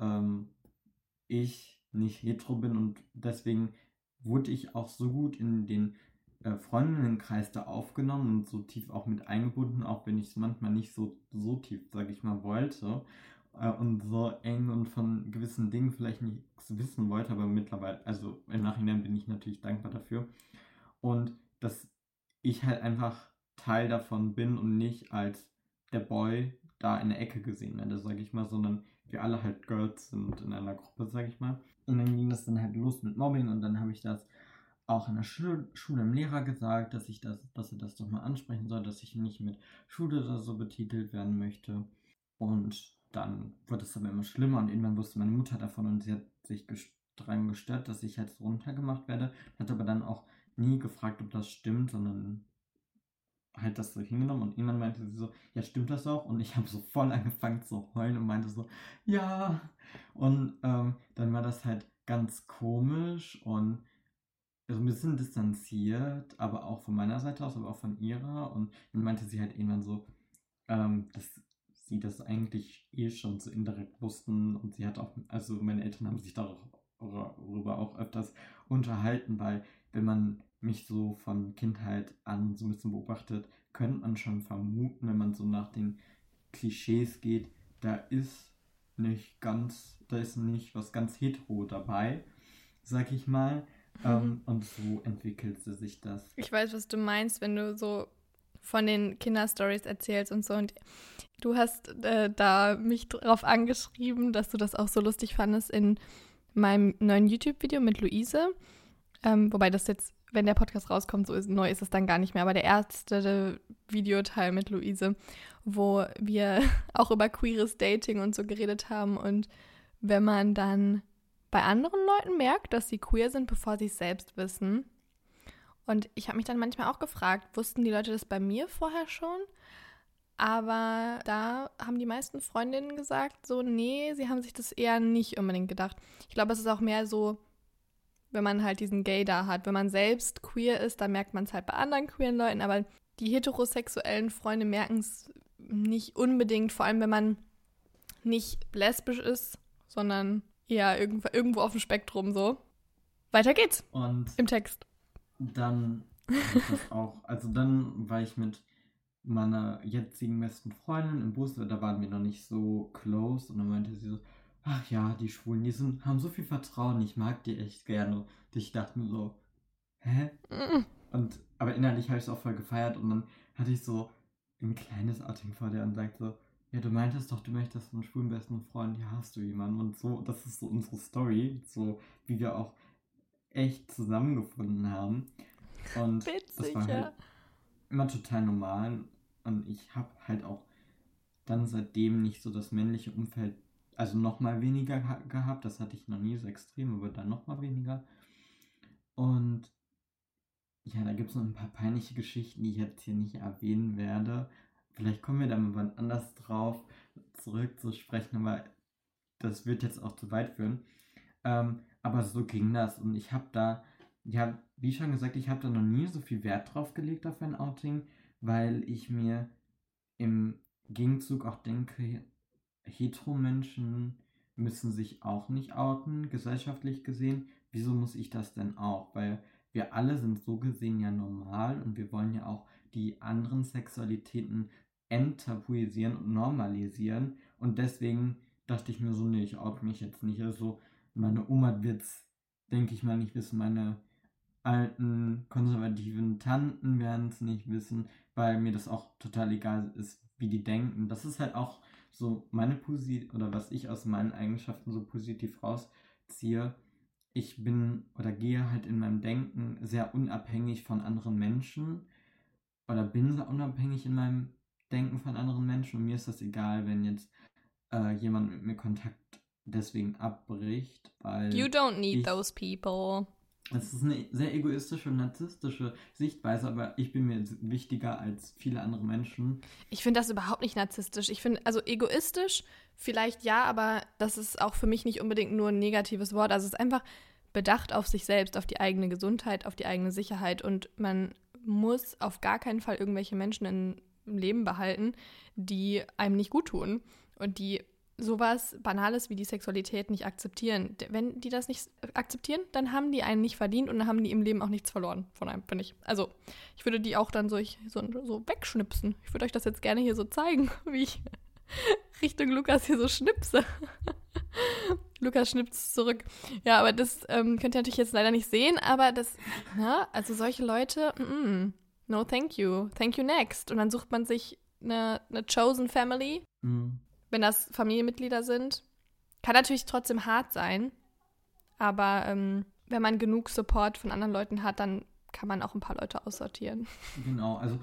ich nicht hetero bin und deswegen wurde ich auch so gut in den Freundinnenkreis da aufgenommen und so tief auch mit eingebunden, auch wenn ich es manchmal nicht so tief, sage ich mal, wollte und so eng und von gewissen Dingen vielleicht nichts wissen wollte, aber mittlerweile, also im Nachhinein bin ich natürlich dankbar dafür und dass ich halt einfach Teil davon bin und nicht als der Boy da in der Ecke gesehen werde, sage ich mal, sondern wir alle halt Girls sind in einer Gruppe, sage ich mal. Und dann ging das dann halt los mit Mobbing und dann habe ich das auch in der Schule dem Lehrer gesagt, dass er das doch mal ansprechen soll, dass ich nicht mit Schule oder so betitelt werden möchte. Und dann wurde es aber immer schlimmer und irgendwann wusste meine Mutter davon und sie hat sich daran gestört, dass ich halt so runtergemacht werde, hat aber dann auch nie gefragt, ob das stimmt, sondern halt das so hingenommen und irgendwann meinte sie so, ja, stimmt das auch? Und ich habe so voll angefangen zu heulen und meinte so, ja. Und dann war das halt ganz komisch und so ein bisschen distanziert, aber auch von meiner Seite aus, aber auch von ihrer. Und dann meinte sie halt irgendwann so, dass sie das eigentlich eh schon so indirekt wussten und sie hat auch, also meine Eltern haben sich darüber auch öfters unterhalten, weil wenn man mich so von Kindheit an so ein bisschen beobachtet, könnte man schon vermuten, wenn man so nach den Klischees geht, da ist nicht was ganz hetero dabei, sag ich mal. Und so entwickelte sich das. Ich weiß, was du meinst, wenn du so von den Kinderstories erzählst und so. Und du hast da mich drauf angeschrieben, dass du das auch so lustig fandest in meinem neuen YouTube-Video mit Luise. Wobei das jetzt, wenn der Podcast rauskommt, so ist, neu ist es dann gar nicht mehr. Aber der erste Videoteil mit Luise, wo wir auch über queeres Dating und so geredet haben. Und wenn man dann bei anderen Leuten merkt, dass sie queer sind, bevor sie es selbst wissen. Und ich habe mich dann manchmal auch gefragt, wussten die Leute das bei mir vorher schon? Aber da haben die meisten Freundinnen gesagt, so, nee, sie haben sich das eher nicht unbedingt gedacht. Ich glaube, es ist auch mehr so, wenn man halt diesen Gay da hat. Wenn man selbst queer ist, dann merkt man es halt bei anderen queeren Leuten. Aber die heterosexuellen Freunde merken es nicht unbedingt, vor allem wenn man nicht lesbisch ist, sondern eher irgendwo auf dem Spektrum so. Weiter geht's. Und im Text. Dann habe ich das auch, also dann war ich mit meiner jetzigen besten Freundin im Bus, da waren wir noch nicht so close und dann meinte sie so, ach ja, die Schwulen, haben so viel Vertrauen, ich mag die echt gerne. Und ich dachte mir so, hä? Aber innerlich habe ich es auch voll gefeiert und dann hatte ich so ein kleines Outing vor der und sagte so, ja, du meintest doch, du möchtest einen schwulen besten Freund, ja, hast du jemanden und so, das ist so unsere Story, so wie wir auch echt zusammengefunden haben. Und Witzig, das war halt, ja. immer total normal und ich habe halt auch dann seitdem nicht so das männliche Umfeld, also nochmal weniger gehabt, das hatte ich noch nie so extrem, aber dann nochmal weniger. Und ja, da gibt es noch ein paar peinliche Geschichten, die ich jetzt hier nicht erwähnen werde. Vielleicht kommen wir da mal wann anders drauf zurückzusprechen, aber das wird jetzt auch zu weit führen. Aber so ging das und ich habe da, ja, wie schon gesagt, ich habe da noch nie so viel Wert drauf gelegt auf ein Outing, weil ich mir im Gegenzug auch denke, Heteromenschen müssen sich auch nicht outen, gesellschaftlich gesehen. Wieso muss ich das denn auch? Weil wir alle sind so gesehen ja normal und wir wollen ja auch die anderen Sexualitäten enttabuisieren und normalisieren. Und deswegen dachte ich mir so, nee, ich oute mich jetzt nicht. Also meine Oma wird's, denke ich mal, nicht wissen, meine alten konservativen Tanten werden es nicht wissen, weil mir das auch total egal ist, wie die denken. Das ist halt auch so meine oder was ich aus meinen Eigenschaften so positiv rausziehe. Ich bin oder gehe halt in meinem Denken sehr unabhängig von anderen Menschen oder bin sehr unabhängig in meinem Denken von anderen Menschen und mir ist das egal, wenn jetzt jemand mit mir Kontakt deswegen abbricht, You weil don't need ich those people. es ist eine sehr egoistische und narzisstische Sichtweise, aber ich bin mir wichtiger als viele andere Menschen. Ich finde das überhaupt nicht narzisstisch. Ich finde, also egoistisch vielleicht ja, aber das ist auch für mich nicht unbedingt nur ein negatives Wort. Also es ist einfach bedacht auf sich selbst, auf die eigene Gesundheit, auf die eigene Sicherheit und man muss auf gar keinen Fall irgendwelche Menschen im Leben behalten, die einem nicht gut tun und die sowas Banales wie die Sexualität nicht akzeptieren. Wenn die das nicht akzeptieren, dann haben die einen nicht verdient und dann haben die im Leben auch nichts verloren von einem, finde ich. Also, ich würde die auch dann so wegschnipsen. Ich würde euch das jetzt gerne hier so zeigen, wie ich Richtung Lukas hier so schnipse. Lukas schnipst zurück. Ja, aber das könnt ihr natürlich jetzt leider nicht sehen, aber das, na, also solche Leute, no thank you. Thank you next. Und dann sucht man sich eine chosen family. Wenn das Familienmitglieder sind. Kann natürlich trotzdem hart sein, aber wenn man genug Support von anderen Leuten hat, dann kann man auch ein paar Leute aussortieren. Genau, also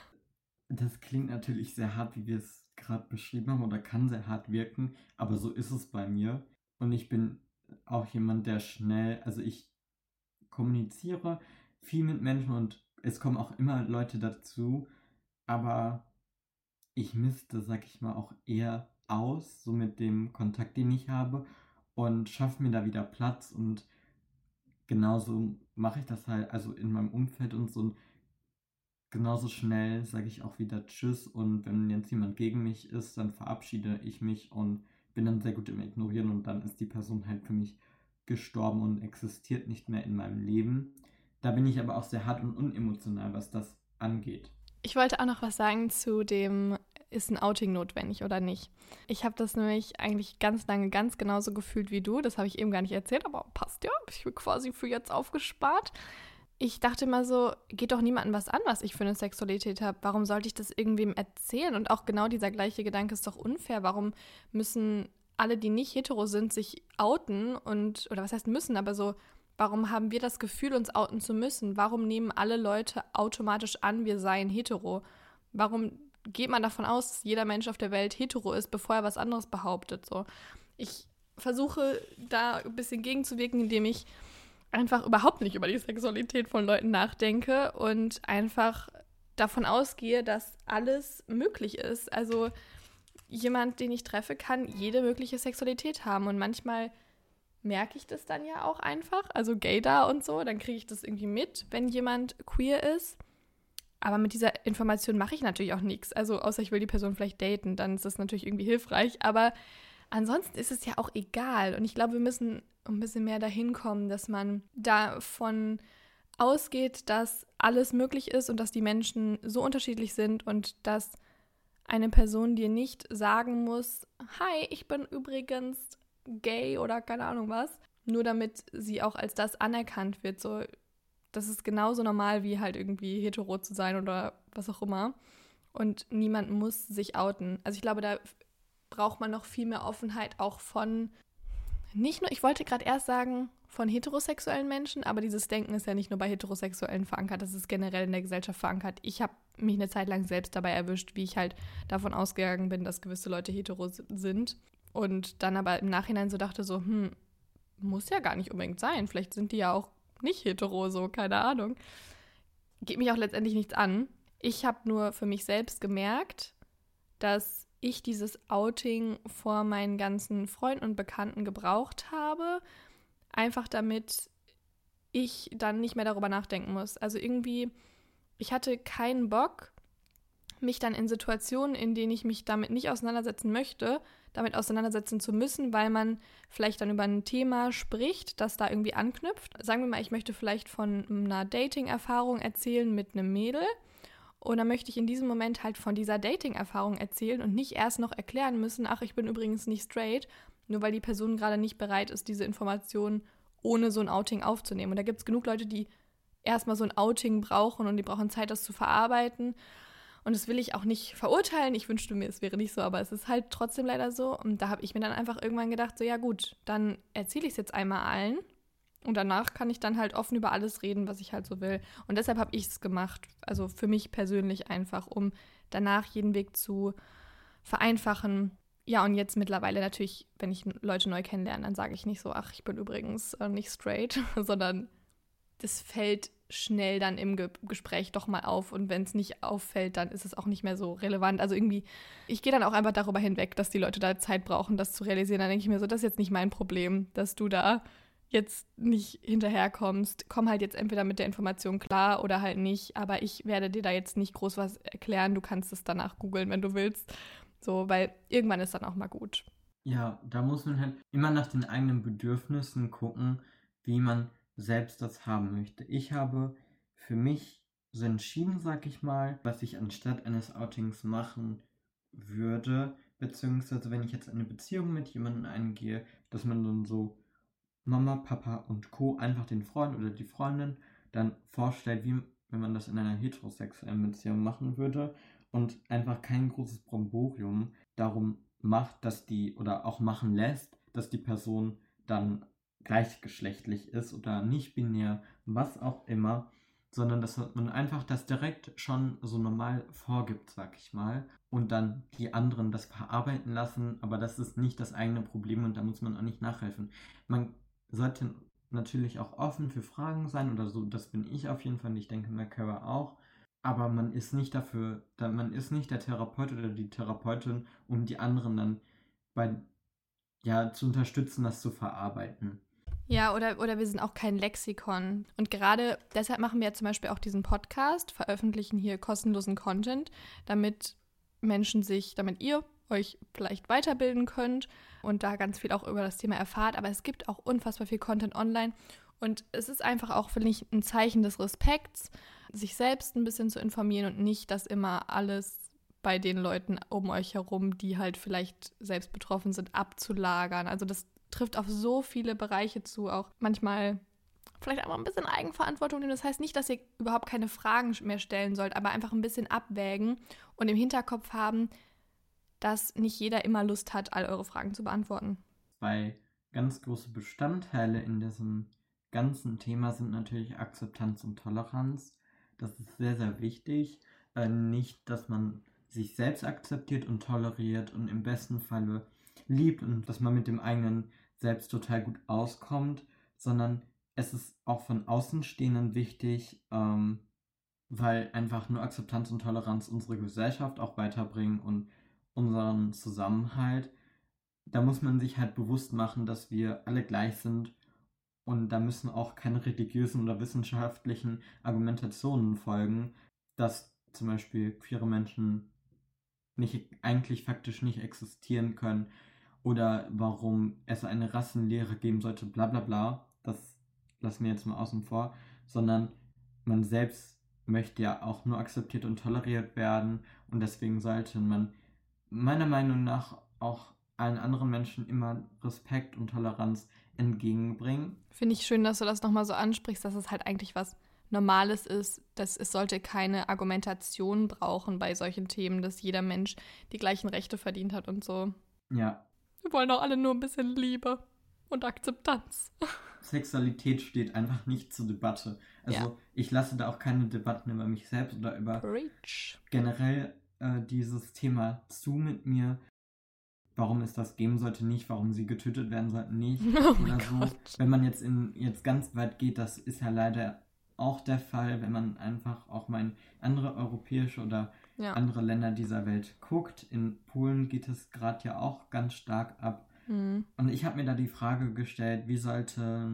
das klingt natürlich sehr hart, wie wir es gerade beschrieben haben, oder kann sehr hart wirken, aber so ist es bei mir. Und ich bin auch jemand, der schnell, also ich kommuniziere viel mit Menschen und es kommen auch immer Leute dazu, aber ich misste, sag ich mal, auch eher aus, so mit dem Kontakt, den ich habe und schaffe mir da wieder Platz und genauso mache ich das halt, also in meinem Umfeld und so genauso schnell sage ich auch wieder Tschüss und wenn jetzt jemand gegen mich ist, dann verabschiede ich mich und bin dann sehr gut im Ignorieren und dann ist die Person halt für mich gestorben und existiert nicht mehr in meinem Leben. Da bin ich aber auch sehr hart und unemotional, was das angeht. Ich wollte auch noch was sagen zu dem, ist ein Outing notwendig oder nicht. Ich habe das nämlich eigentlich ganz lange ganz genauso gefühlt wie du. Das habe ich eben gar nicht erzählt, aber passt ja. Ich bin quasi für jetzt aufgespart. Ich dachte immer so, geht doch niemandem was an, was ich für eine Sexualität habe. Warum sollte ich das irgendwem erzählen? Und auch genau dieser gleiche Gedanke ist doch unfair. Warum müssen alle, die nicht hetero sind, sich outen und, oder was heißt müssen, aber so, warum haben wir das Gefühl, uns outen zu müssen? Warum nehmen alle Leute automatisch an, wir seien hetero? Warum geht man davon aus, dass jeder Mensch auf der Welt hetero ist, bevor er was anderes behauptet? So. Ich versuche da ein bisschen gegenzuwirken, indem ich einfach überhaupt nicht über die Sexualität von Leuten nachdenke und einfach davon ausgehe, dass alles möglich ist. Also jemand, den ich treffe, kann jede mögliche Sexualität haben und manchmal merke ich das dann ja auch einfach, also Gaydar und so, dann kriege ich das irgendwie mit, wenn jemand queer ist. Aber mit dieser Information mache ich natürlich auch nichts. Also außer ich will die Person vielleicht daten, dann ist das natürlich irgendwie hilfreich. Aber ansonsten ist es ja auch egal. Und ich glaube, wir müssen ein bisschen mehr dahin kommen, dass man davon ausgeht, dass alles möglich ist und dass die Menschen so unterschiedlich sind und dass eine Person dir nicht sagen muss, hi, ich bin übrigens gay oder keine Ahnung was, nur damit sie auch als das anerkannt wird. So, das ist genauso normal wie halt irgendwie hetero zu sein oder was auch immer. Und niemand muss sich outen. Also ich glaube, da braucht man noch viel mehr Offenheit auch von nicht nur, ich wollte gerade erst sagen, von heterosexuellen Menschen, aber dieses Denken ist ja nicht nur bei Heterosexuellen verankert, das ist generell in der Gesellschaft verankert. Ich habe mich eine Zeit lang selbst dabei erwischt, wie ich halt davon ausgegangen bin, dass gewisse Leute hetero sind und dann aber im Nachhinein so dachte so, muss ja gar nicht unbedingt sein, vielleicht sind die ja auch nicht hetero, so, keine Ahnung. Geht mich auch letztendlich nichts an. Ich habe nur für mich selbst gemerkt, dass ich dieses Outing vor meinen ganzen Freunden und Bekannten gebraucht habe, einfach damit ich dann nicht mehr darüber nachdenken muss. Also irgendwie, ich hatte keinen Bock, mich dann in Situationen, in denen ich mich damit nicht auseinandersetzen möchte, damit auseinandersetzen zu müssen, weil man vielleicht dann über ein Thema spricht, das da irgendwie anknüpft. Sagen wir mal, ich möchte vielleicht von einer Dating-Erfahrung erzählen mit einem Mädel. Und dann möchte ich in diesem Moment halt von dieser Dating-Erfahrung erzählen und nicht erst noch erklären müssen, ach, ich bin übrigens nicht straight, nur weil die Person gerade nicht bereit ist, diese Informationen ohne so ein Outing aufzunehmen. Und da gibt es genug Leute, die erstmal so ein Outing brauchen und die brauchen Zeit, das zu verarbeiten. Und das will ich auch nicht verurteilen. Ich wünschte mir, es wäre nicht so, aber es ist halt trotzdem leider so. Und da habe ich mir dann einfach irgendwann gedacht, so ja gut, dann erzähle ich es jetzt einmal allen. Und danach kann ich dann halt offen über alles reden, was ich halt so will. Und deshalb habe ich es gemacht. Also für mich persönlich einfach, um danach jeden Weg zu vereinfachen. Ja, und jetzt mittlerweile natürlich, wenn ich Leute neu kennenlerne, dann sage ich nicht so, ach, ich bin übrigens nicht straight, sondern das fällt schnell dann im Gespräch doch mal auf. Und wenn es nicht auffällt, dann ist es auch nicht mehr so relevant. Also irgendwie, ich gehe dann auch einfach darüber hinweg, dass die Leute da Zeit brauchen, das zu realisieren. Dann denke ich mir so, das ist jetzt nicht mein Problem, dass du da jetzt nicht hinterherkommst. Komm halt jetzt entweder mit der Information klar oder halt nicht. Aber ich werde dir da jetzt nicht groß was erklären. Du kannst es danach googeln, wenn du willst. So, weil irgendwann ist dann auch mal gut. Ja, da muss man halt immer nach den eigenen Bedürfnissen gucken, wie man selbst das haben möchte. Ich habe für mich so entschieden, sag ich mal, was ich anstatt eines Outings machen würde, beziehungsweise wenn ich jetzt eine Beziehung mit jemandem eingehe, dass man dann so Mama, Papa und Co. einfach den Freund oder die Freundin dann vorstellt, wie wenn man das in einer heterosexuellen Beziehung machen würde und einfach kein großes Bromborium darum macht, dass die oder auch machen lässt, dass die Person dann gleichgeschlechtlich ist oder nicht binär, was auch immer, sondern dass man einfach das direkt schon so normal vorgibt, sag ich mal, und dann die anderen das verarbeiten lassen, aber das ist nicht das eigene Problem und da muss man auch nicht nachhelfen. Man sollte natürlich auch offen für Fragen sein oder so, das bin ich auf jeden Fall und ich denke Makara auch, aber man ist nicht man ist nicht der Therapeut oder die Therapeutin, um die anderen dann zu unterstützen, das zu verarbeiten. Ja, oder wir sind auch kein Lexikon. Und gerade deshalb machen wir ja zum Beispiel auch diesen Podcast, veröffentlichen hier kostenlosen Content, damit damit ihr euch vielleicht weiterbilden könnt und da ganz viel auch über das Thema erfahrt. Aber es gibt auch unfassbar viel Content online. Und es ist einfach auch, finde ich, ein Zeichen des Respekts, sich selbst ein bisschen zu informieren und nicht, dass immer alles bei den Leuten um euch herum, die halt vielleicht selbst betroffen sind, abzulagern. Also das trifft auf so viele Bereiche zu, auch manchmal vielleicht auch ein bisschen Eigenverantwortung nehmen. Das heißt nicht, dass ihr überhaupt keine Fragen mehr stellen sollt, aber einfach ein bisschen abwägen und im Hinterkopf haben, dass nicht jeder immer Lust hat, all eure Fragen zu beantworten. Zwei ganz große Bestandteile in diesem ganzen Thema sind natürlich Akzeptanz und Toleranz. Das ist sehr, sehr wichtig. Nicht, dass man sich selbst akzeptiert und toleriert und im besten Falle liebt und dass man mit dem eigenen Selbst total gut auskommt, sondern es ist auch von Außenstehenden wichtig, weil einfach nur Akzeptanz und Toleranz unsere Gesellschaft auch weiterbringen und unseren Zusammenhalt. Da muss man sich halt bewusst machen, dass wir alle gleich sind und da müssen auch keine religiösen oder wissenschaftlichen Argumentationen folgen, dass zum Beispiel queere Menschen eigentlich faktisch nicht existieren können oder warum es eine Rassenlehre geben sollte, bla bla bla, das lassen wir jetzt mal außen vor, sondern man selbst möchte ja auch nur akzeptiert und toleriert werden und deswegen sollte man meiner Meinung nach auch allen anderen Menschen immer Respekt und Toleranz entgegenbringen. Finde ich schön, dass du das nochmal so ansprichst, dass es halt eigentlich was Normales ist, dass es sollte keine Argumentation brauchen bei solchen Themen, dass jeder Mensch die gleichen Rechte verdient hat und so. Ja. Wir wollen doch alle nur ein bisschen Liebe Und Akzeptanz. Sexualität steht einfach nicht zur Debatte. Also ich lasse da auch keine Debatten über mich selbst oder über generell dieses Thema zu mit mir. Warum es das geben sollte nicht, warum sie getötet werden sollten nicht oder so. Gott. Wenn man jetzt ganz weit geht, das ist ja leider auch der Fall, wenn man einfach auch mal in andere europäische oder andere Länder dieser Welt guckt. In Polen geht es gerade ja auch ganz stark ab. Und ich habe mir da die Frage gestellt, wie sollte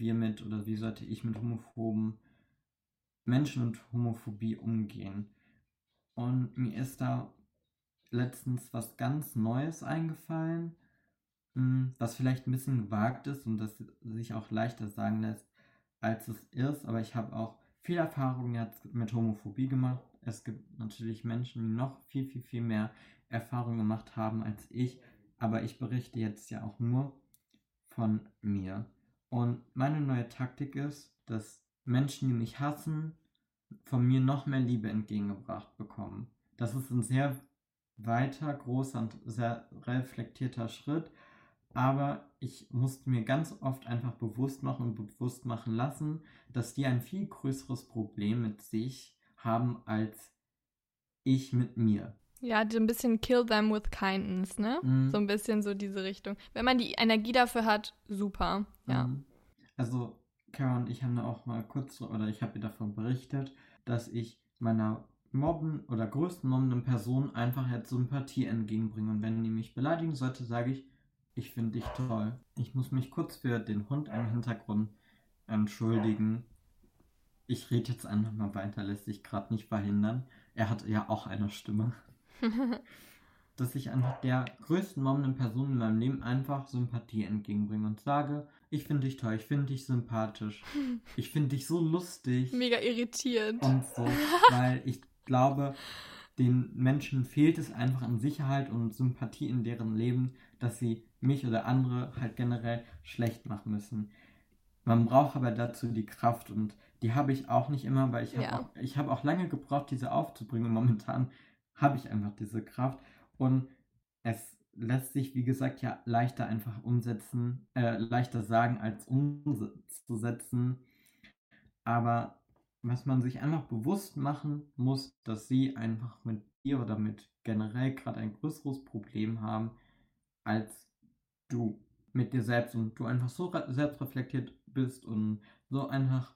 ich mit homophoben Menschen und Homophobie umgehen? Und mir ist da letztens was ganz Neues eingefallen, was vielleicht ein bisschen gewagt ist und das sich auch leichter sagen lässt, als es ist. Aber ich habe auch viel Erfahrung jetzt mit Homophobie gemacht. Es gibt natürlich Menschen, die noch viel, viel, viel mehr Erfahrung gemacht haben als ich. Aber ich berichte jetzt ja auch nur von mir. Und meine neue Taktik ist, dass Menschen, die mich hassen, von mir noch mehr Liebe entgegengebracht bekommen. Das ist ein sehr weiter, großer und sehr reflektierter Schritt. Aber ich musste mir ganz oft einfach bewusst machen lassen, dass die ein viel größeres Problem mit sich haben als ich mit mir. Ja, so ein bisschen kill them with kindness, ne? So ein bisschen so diese Richtung. Wenn man die Energie dafür hat, super, ja. Also, Kara und ich haben da auch mal ich habe ihr davon berichtet, dass ich meiner größten mobbenden Person einfach jetzt Sympathie entgegenbringe. Und wenn die mich beleidigen sollte, sage ich finde dich toll. Ich muss mich kurz für den Hund im Hintergrund entschuldigen. Ich rede jetzt einfach mal weiter, lässt sich gerade nicht verhindern. Er hat ja auch eine Stimme. Dass ich einfach der größten mobbenden Person in meinem Leben einfach Sympathie entgegenbringe und sage, ich finde dich toll, ich finde dich sympathisch, ich finde dich so lustig. Mega irritierend. Und so, weil ich glaube, den Menschen fehlt es einfach an Sicherheit und Sympathie in deren Leben, dass sie mich oder andere halt generell schlecht machen müssen. Man braucht aber dazu die Kraft und die habe ich auch nicht immer, weil ich habe auch lange gebraucht, diese aufzubringen und momentan habe ich einfach diese Kraft und es lässt sich, wie gesagt, ja leichter einfach umsetzen, leichter sagen als umzusetzen, aber was man sich einfach bewusst machen muss, dass sie einfach mit dir oder mit generell gerade ein größeres Problem haben als du mit dir selbst und du einfach so selbstreflektiert bist und so einfach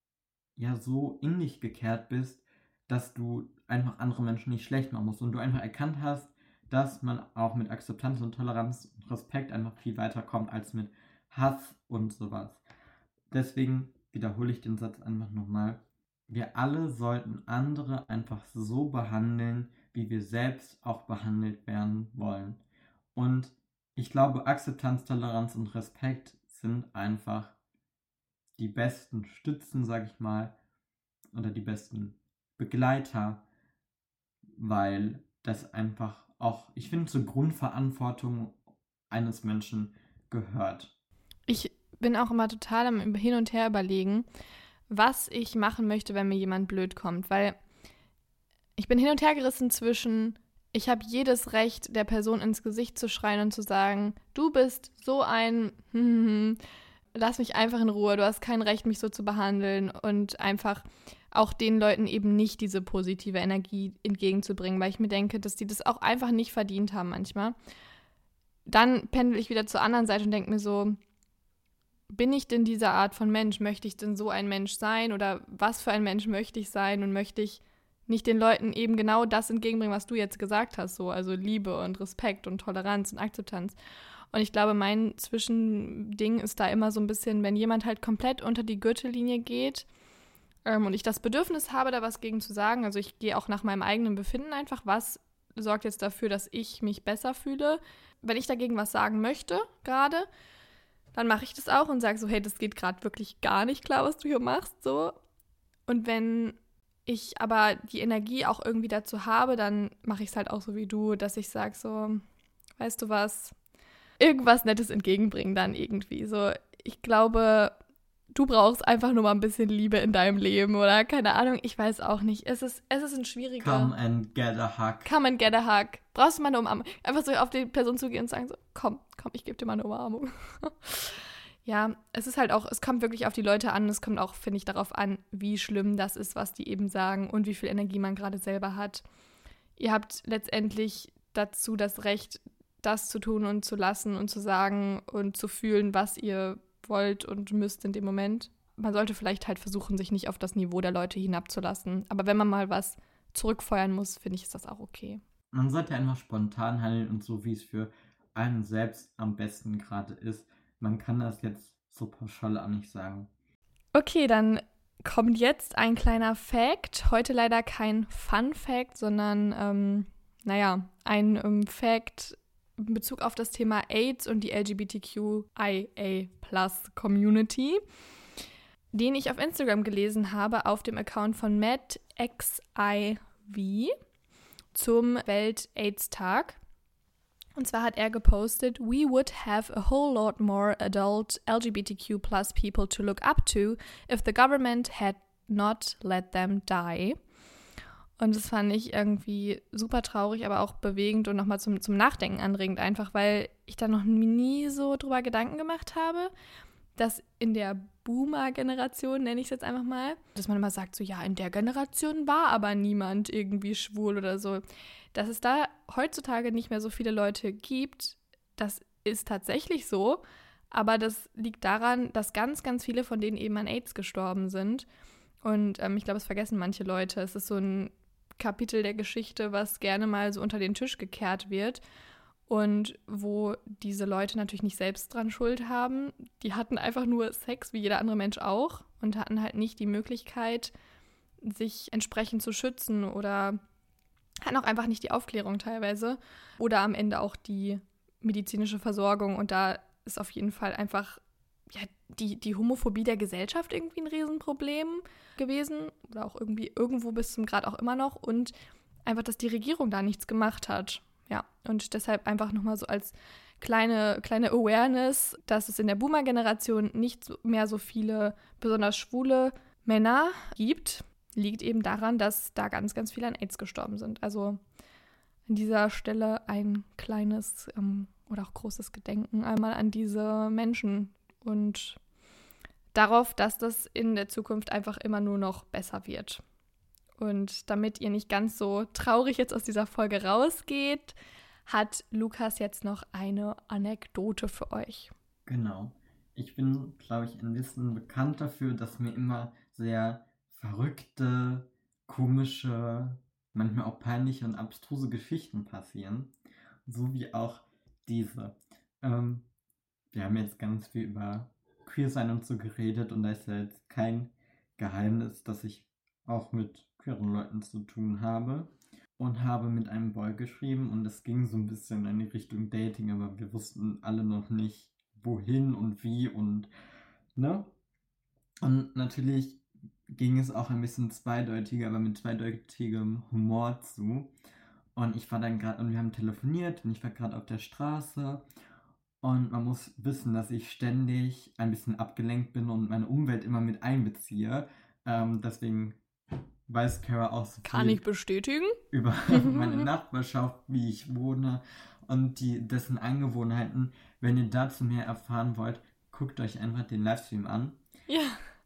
so in dich gekehrt bist, dass du einfach andere Menschen nicht schlecht machen musst und du einfach erkannt hast, dass man auch mit Akzeptanz und Toleranz und Respekt einfach viel weiterkommt als mit Hass und sowas. Deswegen wiederhole ich den Satz einfach nochmal. Wir alle sollten andere einfach so behandeln, wie wir selbst auch behandelt werden wollen. Und ich glaube, Akzeptanz, Toleranz und Respekt sind einfach die besten Stützen, sag ich mal, oder die besten Begleiter, weil das einfach auch, ich finde, zur Grundverantwortung eines Menschen gehört. Ich bin auch immer total am Hin und Her überlegen, was ich machen möchte, wenn mir jemand blöd kommt, weil ich bin hin und her gerissen zwischen, ich habe jedes Recht, der Person ins Gesicht zu schreien und zu sagen, du bist so ein lass mich einfach in Ruhe, du hast kein Recht, mich so zu behandeln und einfach auch den Leuten eben nicht diese positive Energie entgegenzubringen, weil ich mir denke, dass die das auch einfach nicht verdient haben manchmal. Dann pendel ich wieder zur anderen Seite und denke mir so, bin ich denn diese Art von Mensch? Möchte ich denn so ein Mensch sein? Oder was für ein Mensch möchte ich sein? Und möchte ich nicht den Leuten eben genau das entgegenbringen, was du jetzt gesagt hast, so, also Liebe und Respekt und Toleranz und Akzeptanz. Und ich glaube, mein Zwischending ist da immer so ein bisschen, wenn jemand halt komplett unter die Gürtellinie geht und ich das Bedürfnis habe, da was gegen zu sagen, also ich gehe auch nach meinem eigenen Befinden einfach, was sorgt jetzt dafür, dass ich mich besser fühle. Wenn ich dagegen was sagen möchte gerade, dann mache ich das auch und sage so, hey, das geht gerade wirklich gar nicht klar, was du hier machst, so. Und wenn ich aber die Energie auch irgendwie dazu habe, dann mache ich es halt auch so wie du, dass ich sage so, weißt du was, irgendwas Nettes entgegenbringen dann irgendwie. So, ich glaube, du brauchst einfach nur mal ein bisschen Liebe in deinem Leben oder keine Ahnung, ich weiß auch nicht. Es ist ein schwieriger... Come and get a hug. Come and get a hug. Brauchst du mal eine Umarmung? Einfach so auf die Person zugehen und sagen so, komm, ich gebe dir mal eine Umarmung. ja, es ist halt auch, es kommt wirklich auf die Leute an, es kommt auch, finde ich, darauf an, wie schlimm das ist, was die eben sagen und wie viel Energie man gerade selber hat. Ihr habt letztendlich dazu das Recht, das zu tun und zu lassen und zu sagen und zu fühlen, was ihr wollt und müsst in dem Moment. Man sollte vielleicht halt versuchen, sich nicht auf das Niveau der Leute hinabzulassen. Aber wenn man mal was zurückfeuern muss, finde ich, ist das auch okay. Man sollte einfach spontan handeln und so, wie es für einen selbst am besten gerade ist. Man kann das jetzt so pauschal auch nicht sagen. Okay, dann kommt jetzt ein kleiner Fact. Heute leider kein Fun-Fact, sondern, ein Fact in Bezug auf das Thema AIDS und die LGBTQIA+-Community, den ich auf Instagram gelesen habe, auf dem Account von MattXIV zum Welt-AIDS-Tag. Und zwar hat er gepostet, "We would have a whole lot more adult LGBTQ+ people to look up to if the government had not let them die." Und das fand ich irgendwie super traurig, aber auch bewegend und nochmal zum Nachdenken anregend, einfach weil ich da noch nie so drüber Gedanken gemacht habe, dass in der Boomer-Generation, nenne ich es jetzt einfach mal, dass man immer sagt, so ja, in der Generation war aber niemand irgendwie schwul oder so. Dass es da heutzutage nicht mehr so viele Leute gibt, das ist tatsächlich so, aber das liegt daran, dass ganz, ganz viele von denen eben an AIDS gestorben sind. Und ich glaube, es vergessen manche Leute. Es ist so ein Kapitel der Geschichte, was gerne mal so unter den Tisch gekehrt wird. Und wo diese Leute natürlich nicht selbst dran Schuld haben. Die hatten einfach nur Sex, wie jeder andere Mensch auch. Und hatten halt nicht die Möglichkeit, sich entsprechend zu schützen oder hatten auch einfach nicht die Aufklärung teilweise. Oder am Ende auch die medizinische Versorgung. Und da ist auf jeden Fall einfach ja, die Homophobie der Gesellschaft irgendwie ein Riesenproblem gewesen. Oder auch irgendwie irgendwo bis zum Grad auch immer noch. Und einfach, dass die Regierung da nichts gemacht hat. Ja, und deshalb einfach nochmal so als kleine Awareness, dass es in der Boomer-Generation nicht mehr so viele besonders schwule Männer gibt, liegt eben daran, dass da ganz, ganz viele an AIDS gestorben sind. Also an dieser Stelle ein kleines oder auch großes Gedenken einmal an diese Menschen und darauf, dass das in der Zukunft einfach immer nur noch besser wird. Und damit ihr nicht ganz so traurig jetzt aus dieser Folge rausgeht, hat Lukas jetzt noch eine Anekdote für euch. Genau. Ich bin, glaube ich, ein bisschen bekannt dafür, dass mir immer sehr verrückte, komische, manchmal auch peinliche und abstruse Geschichten passieren. So wie auch diese. Wir haben jetzt ganz viel über Queersein und so geredet und da ist ja jetzt kein Geheimnis, dass ich auch mit queeren Leuten zu tun habe und habe mit einem Boy geschrieben und es ging so ein bisschen in die Richtung Dating, aber wir wussten alle noch nicht, wohin und wie und ne? Und natürlich ging es auch ein bisschen zweideutiger, aber mit zweideutigem Humor zu. Und ich war dann gerade, und wir haben telefoniert und ich war gerade auf der Straße und man muss wissen, dass ich ständig ein bisschen abgelenkt bin und meine Umwelt immer mit einbeziehe. Deswegen weiß Kara auch so Kann viel ich bestätigen. über meine Nachbarschaft, wie ich wohne und dessen Angewohnheiten. Wenn ihr dazu mehr erfahren wollt, guckt euch einfach den Livestream an. Ja.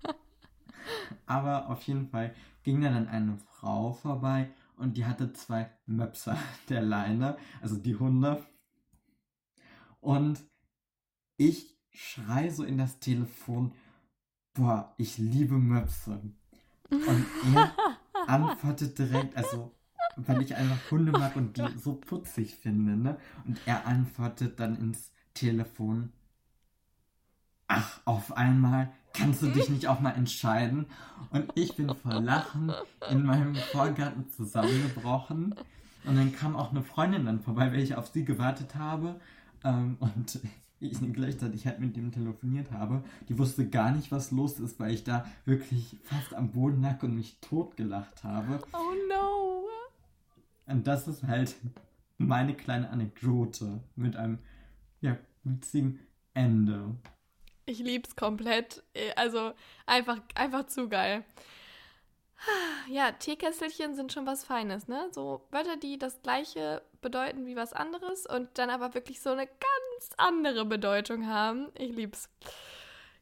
Aber auf jeden Fall ging da dann eine Frau vorbei und die hatte 2 Möpse der Leine, also die Hunde. Und ich schrei so in das Telefon, boah, ich liebe Möpse. Und er antwortet direkt, also weil ich einfach Hunde mag und die so putzig finde, ne? Und er antwortet dann ins Telefon, ach, auf einmal kannst du dich nicht auch mal entscheiden? Und ich bin vor Lachen in meinem Vorgarten zusammengebrochen. Und dann kam auch eine Freundin dann vorbei, weil ich auf sie gewartet habe. Und ich gleichzeitig halt mit dem telefoniert habe. Die wusste gar nicht, was los ist, weil ich da wirklich fast am Boden lag und mich totgelacht habe. Oh no. Und das ist halt meine kleine Anekdote mit einem witzigen Ende. Ich lieb's komplett. Also einfach zu geil. Ja, Teekesselchen sind schon was Feines, ne? So Wörter, die das Gleiche bedeuten wie was anderes und dann aber wirklich so eine ganz andere Bedeutung haben. Ich lieb's.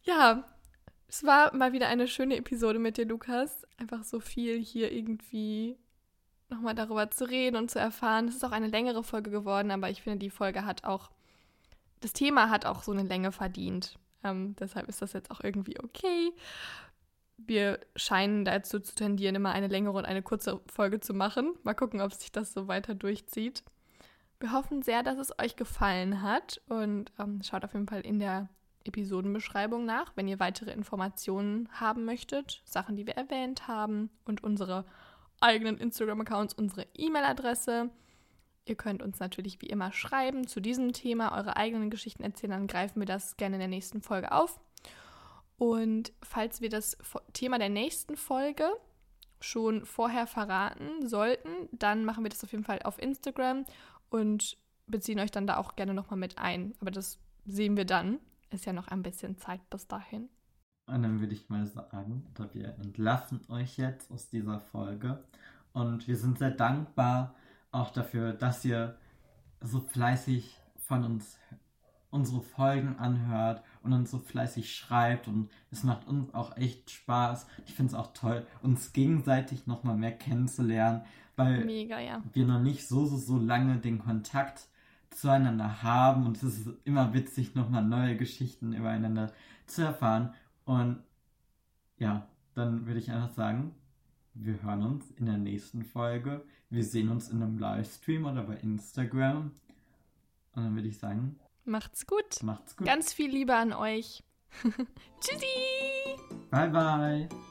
Ja, es war mal wieder eine schöne Episode mit dir, Lukas. Einfach so viel hier irgendwie nochmal darüber zu reden und zu erfahren. Es ist auch eine längere Folge geworden, aber ich finde, die Folge hat auch, das Thema hat auch so eine Länge verdient. Deshalb ist das jetzt auch irgendwie okay. Wir scheinen dazu zu tendieren, immer eine längere und eine kurze Folge zu machen. Mal gucken, ob sich das so weiter durchzieht. Wir hoffen sehr, dass es euch gefallen hat und schaut auf jeden Fall in der Episodenbeschreibung nach, wenn ihr weitere Informationen haben möchtet, Sachen, die wir erwähnt haben und unsere eigenen Instagram-Accounts, unsere E-Mail-Adresse. Ihr könnt uns natürlich wie immer schreiben zu diesem Thema, eure eigenen Geschichten erzählen, dann greifen wir das gerne in der nächsten Folge auf. Und falls wir das Thema der nächsten Folge schon vorher verraten sollten, dann machen wir das auf jeden Fall auf Instagram und beziehen euch dann da auch gerne nochmal mit ein. Aber das sehen wir dann. Ist ja noch ein bisschen Zeit bis dahin. Und dann würde ich mal sagen, wir entlassen euch jetzt aus dieser Folge. Und wir sind sehr dankbar auch dafür, dass ihr so fleißig von uns unsere Folgen anhört und uns so fleißig schreibt. Und es macht uns auch echt Spaß. Ich finde es auch toll, uns gegenseitig nochmal mehr kennenzulernen, weil wir noch nicht so lange den Kontakt zueinander haben. Und es ist immer witzig, nochmal neue Geschichten übereinander zu erfahren. Und ja, dann würde ich einfach sagen, wir hören uns in der nächsten Folge. Wir sehen uns in einem Livestream oder bei Instagram. Und dann würde ich sagen, macht's gut. Macht's gut. Ganz viel Liebe an euch. Tschüssi. Bye, bye.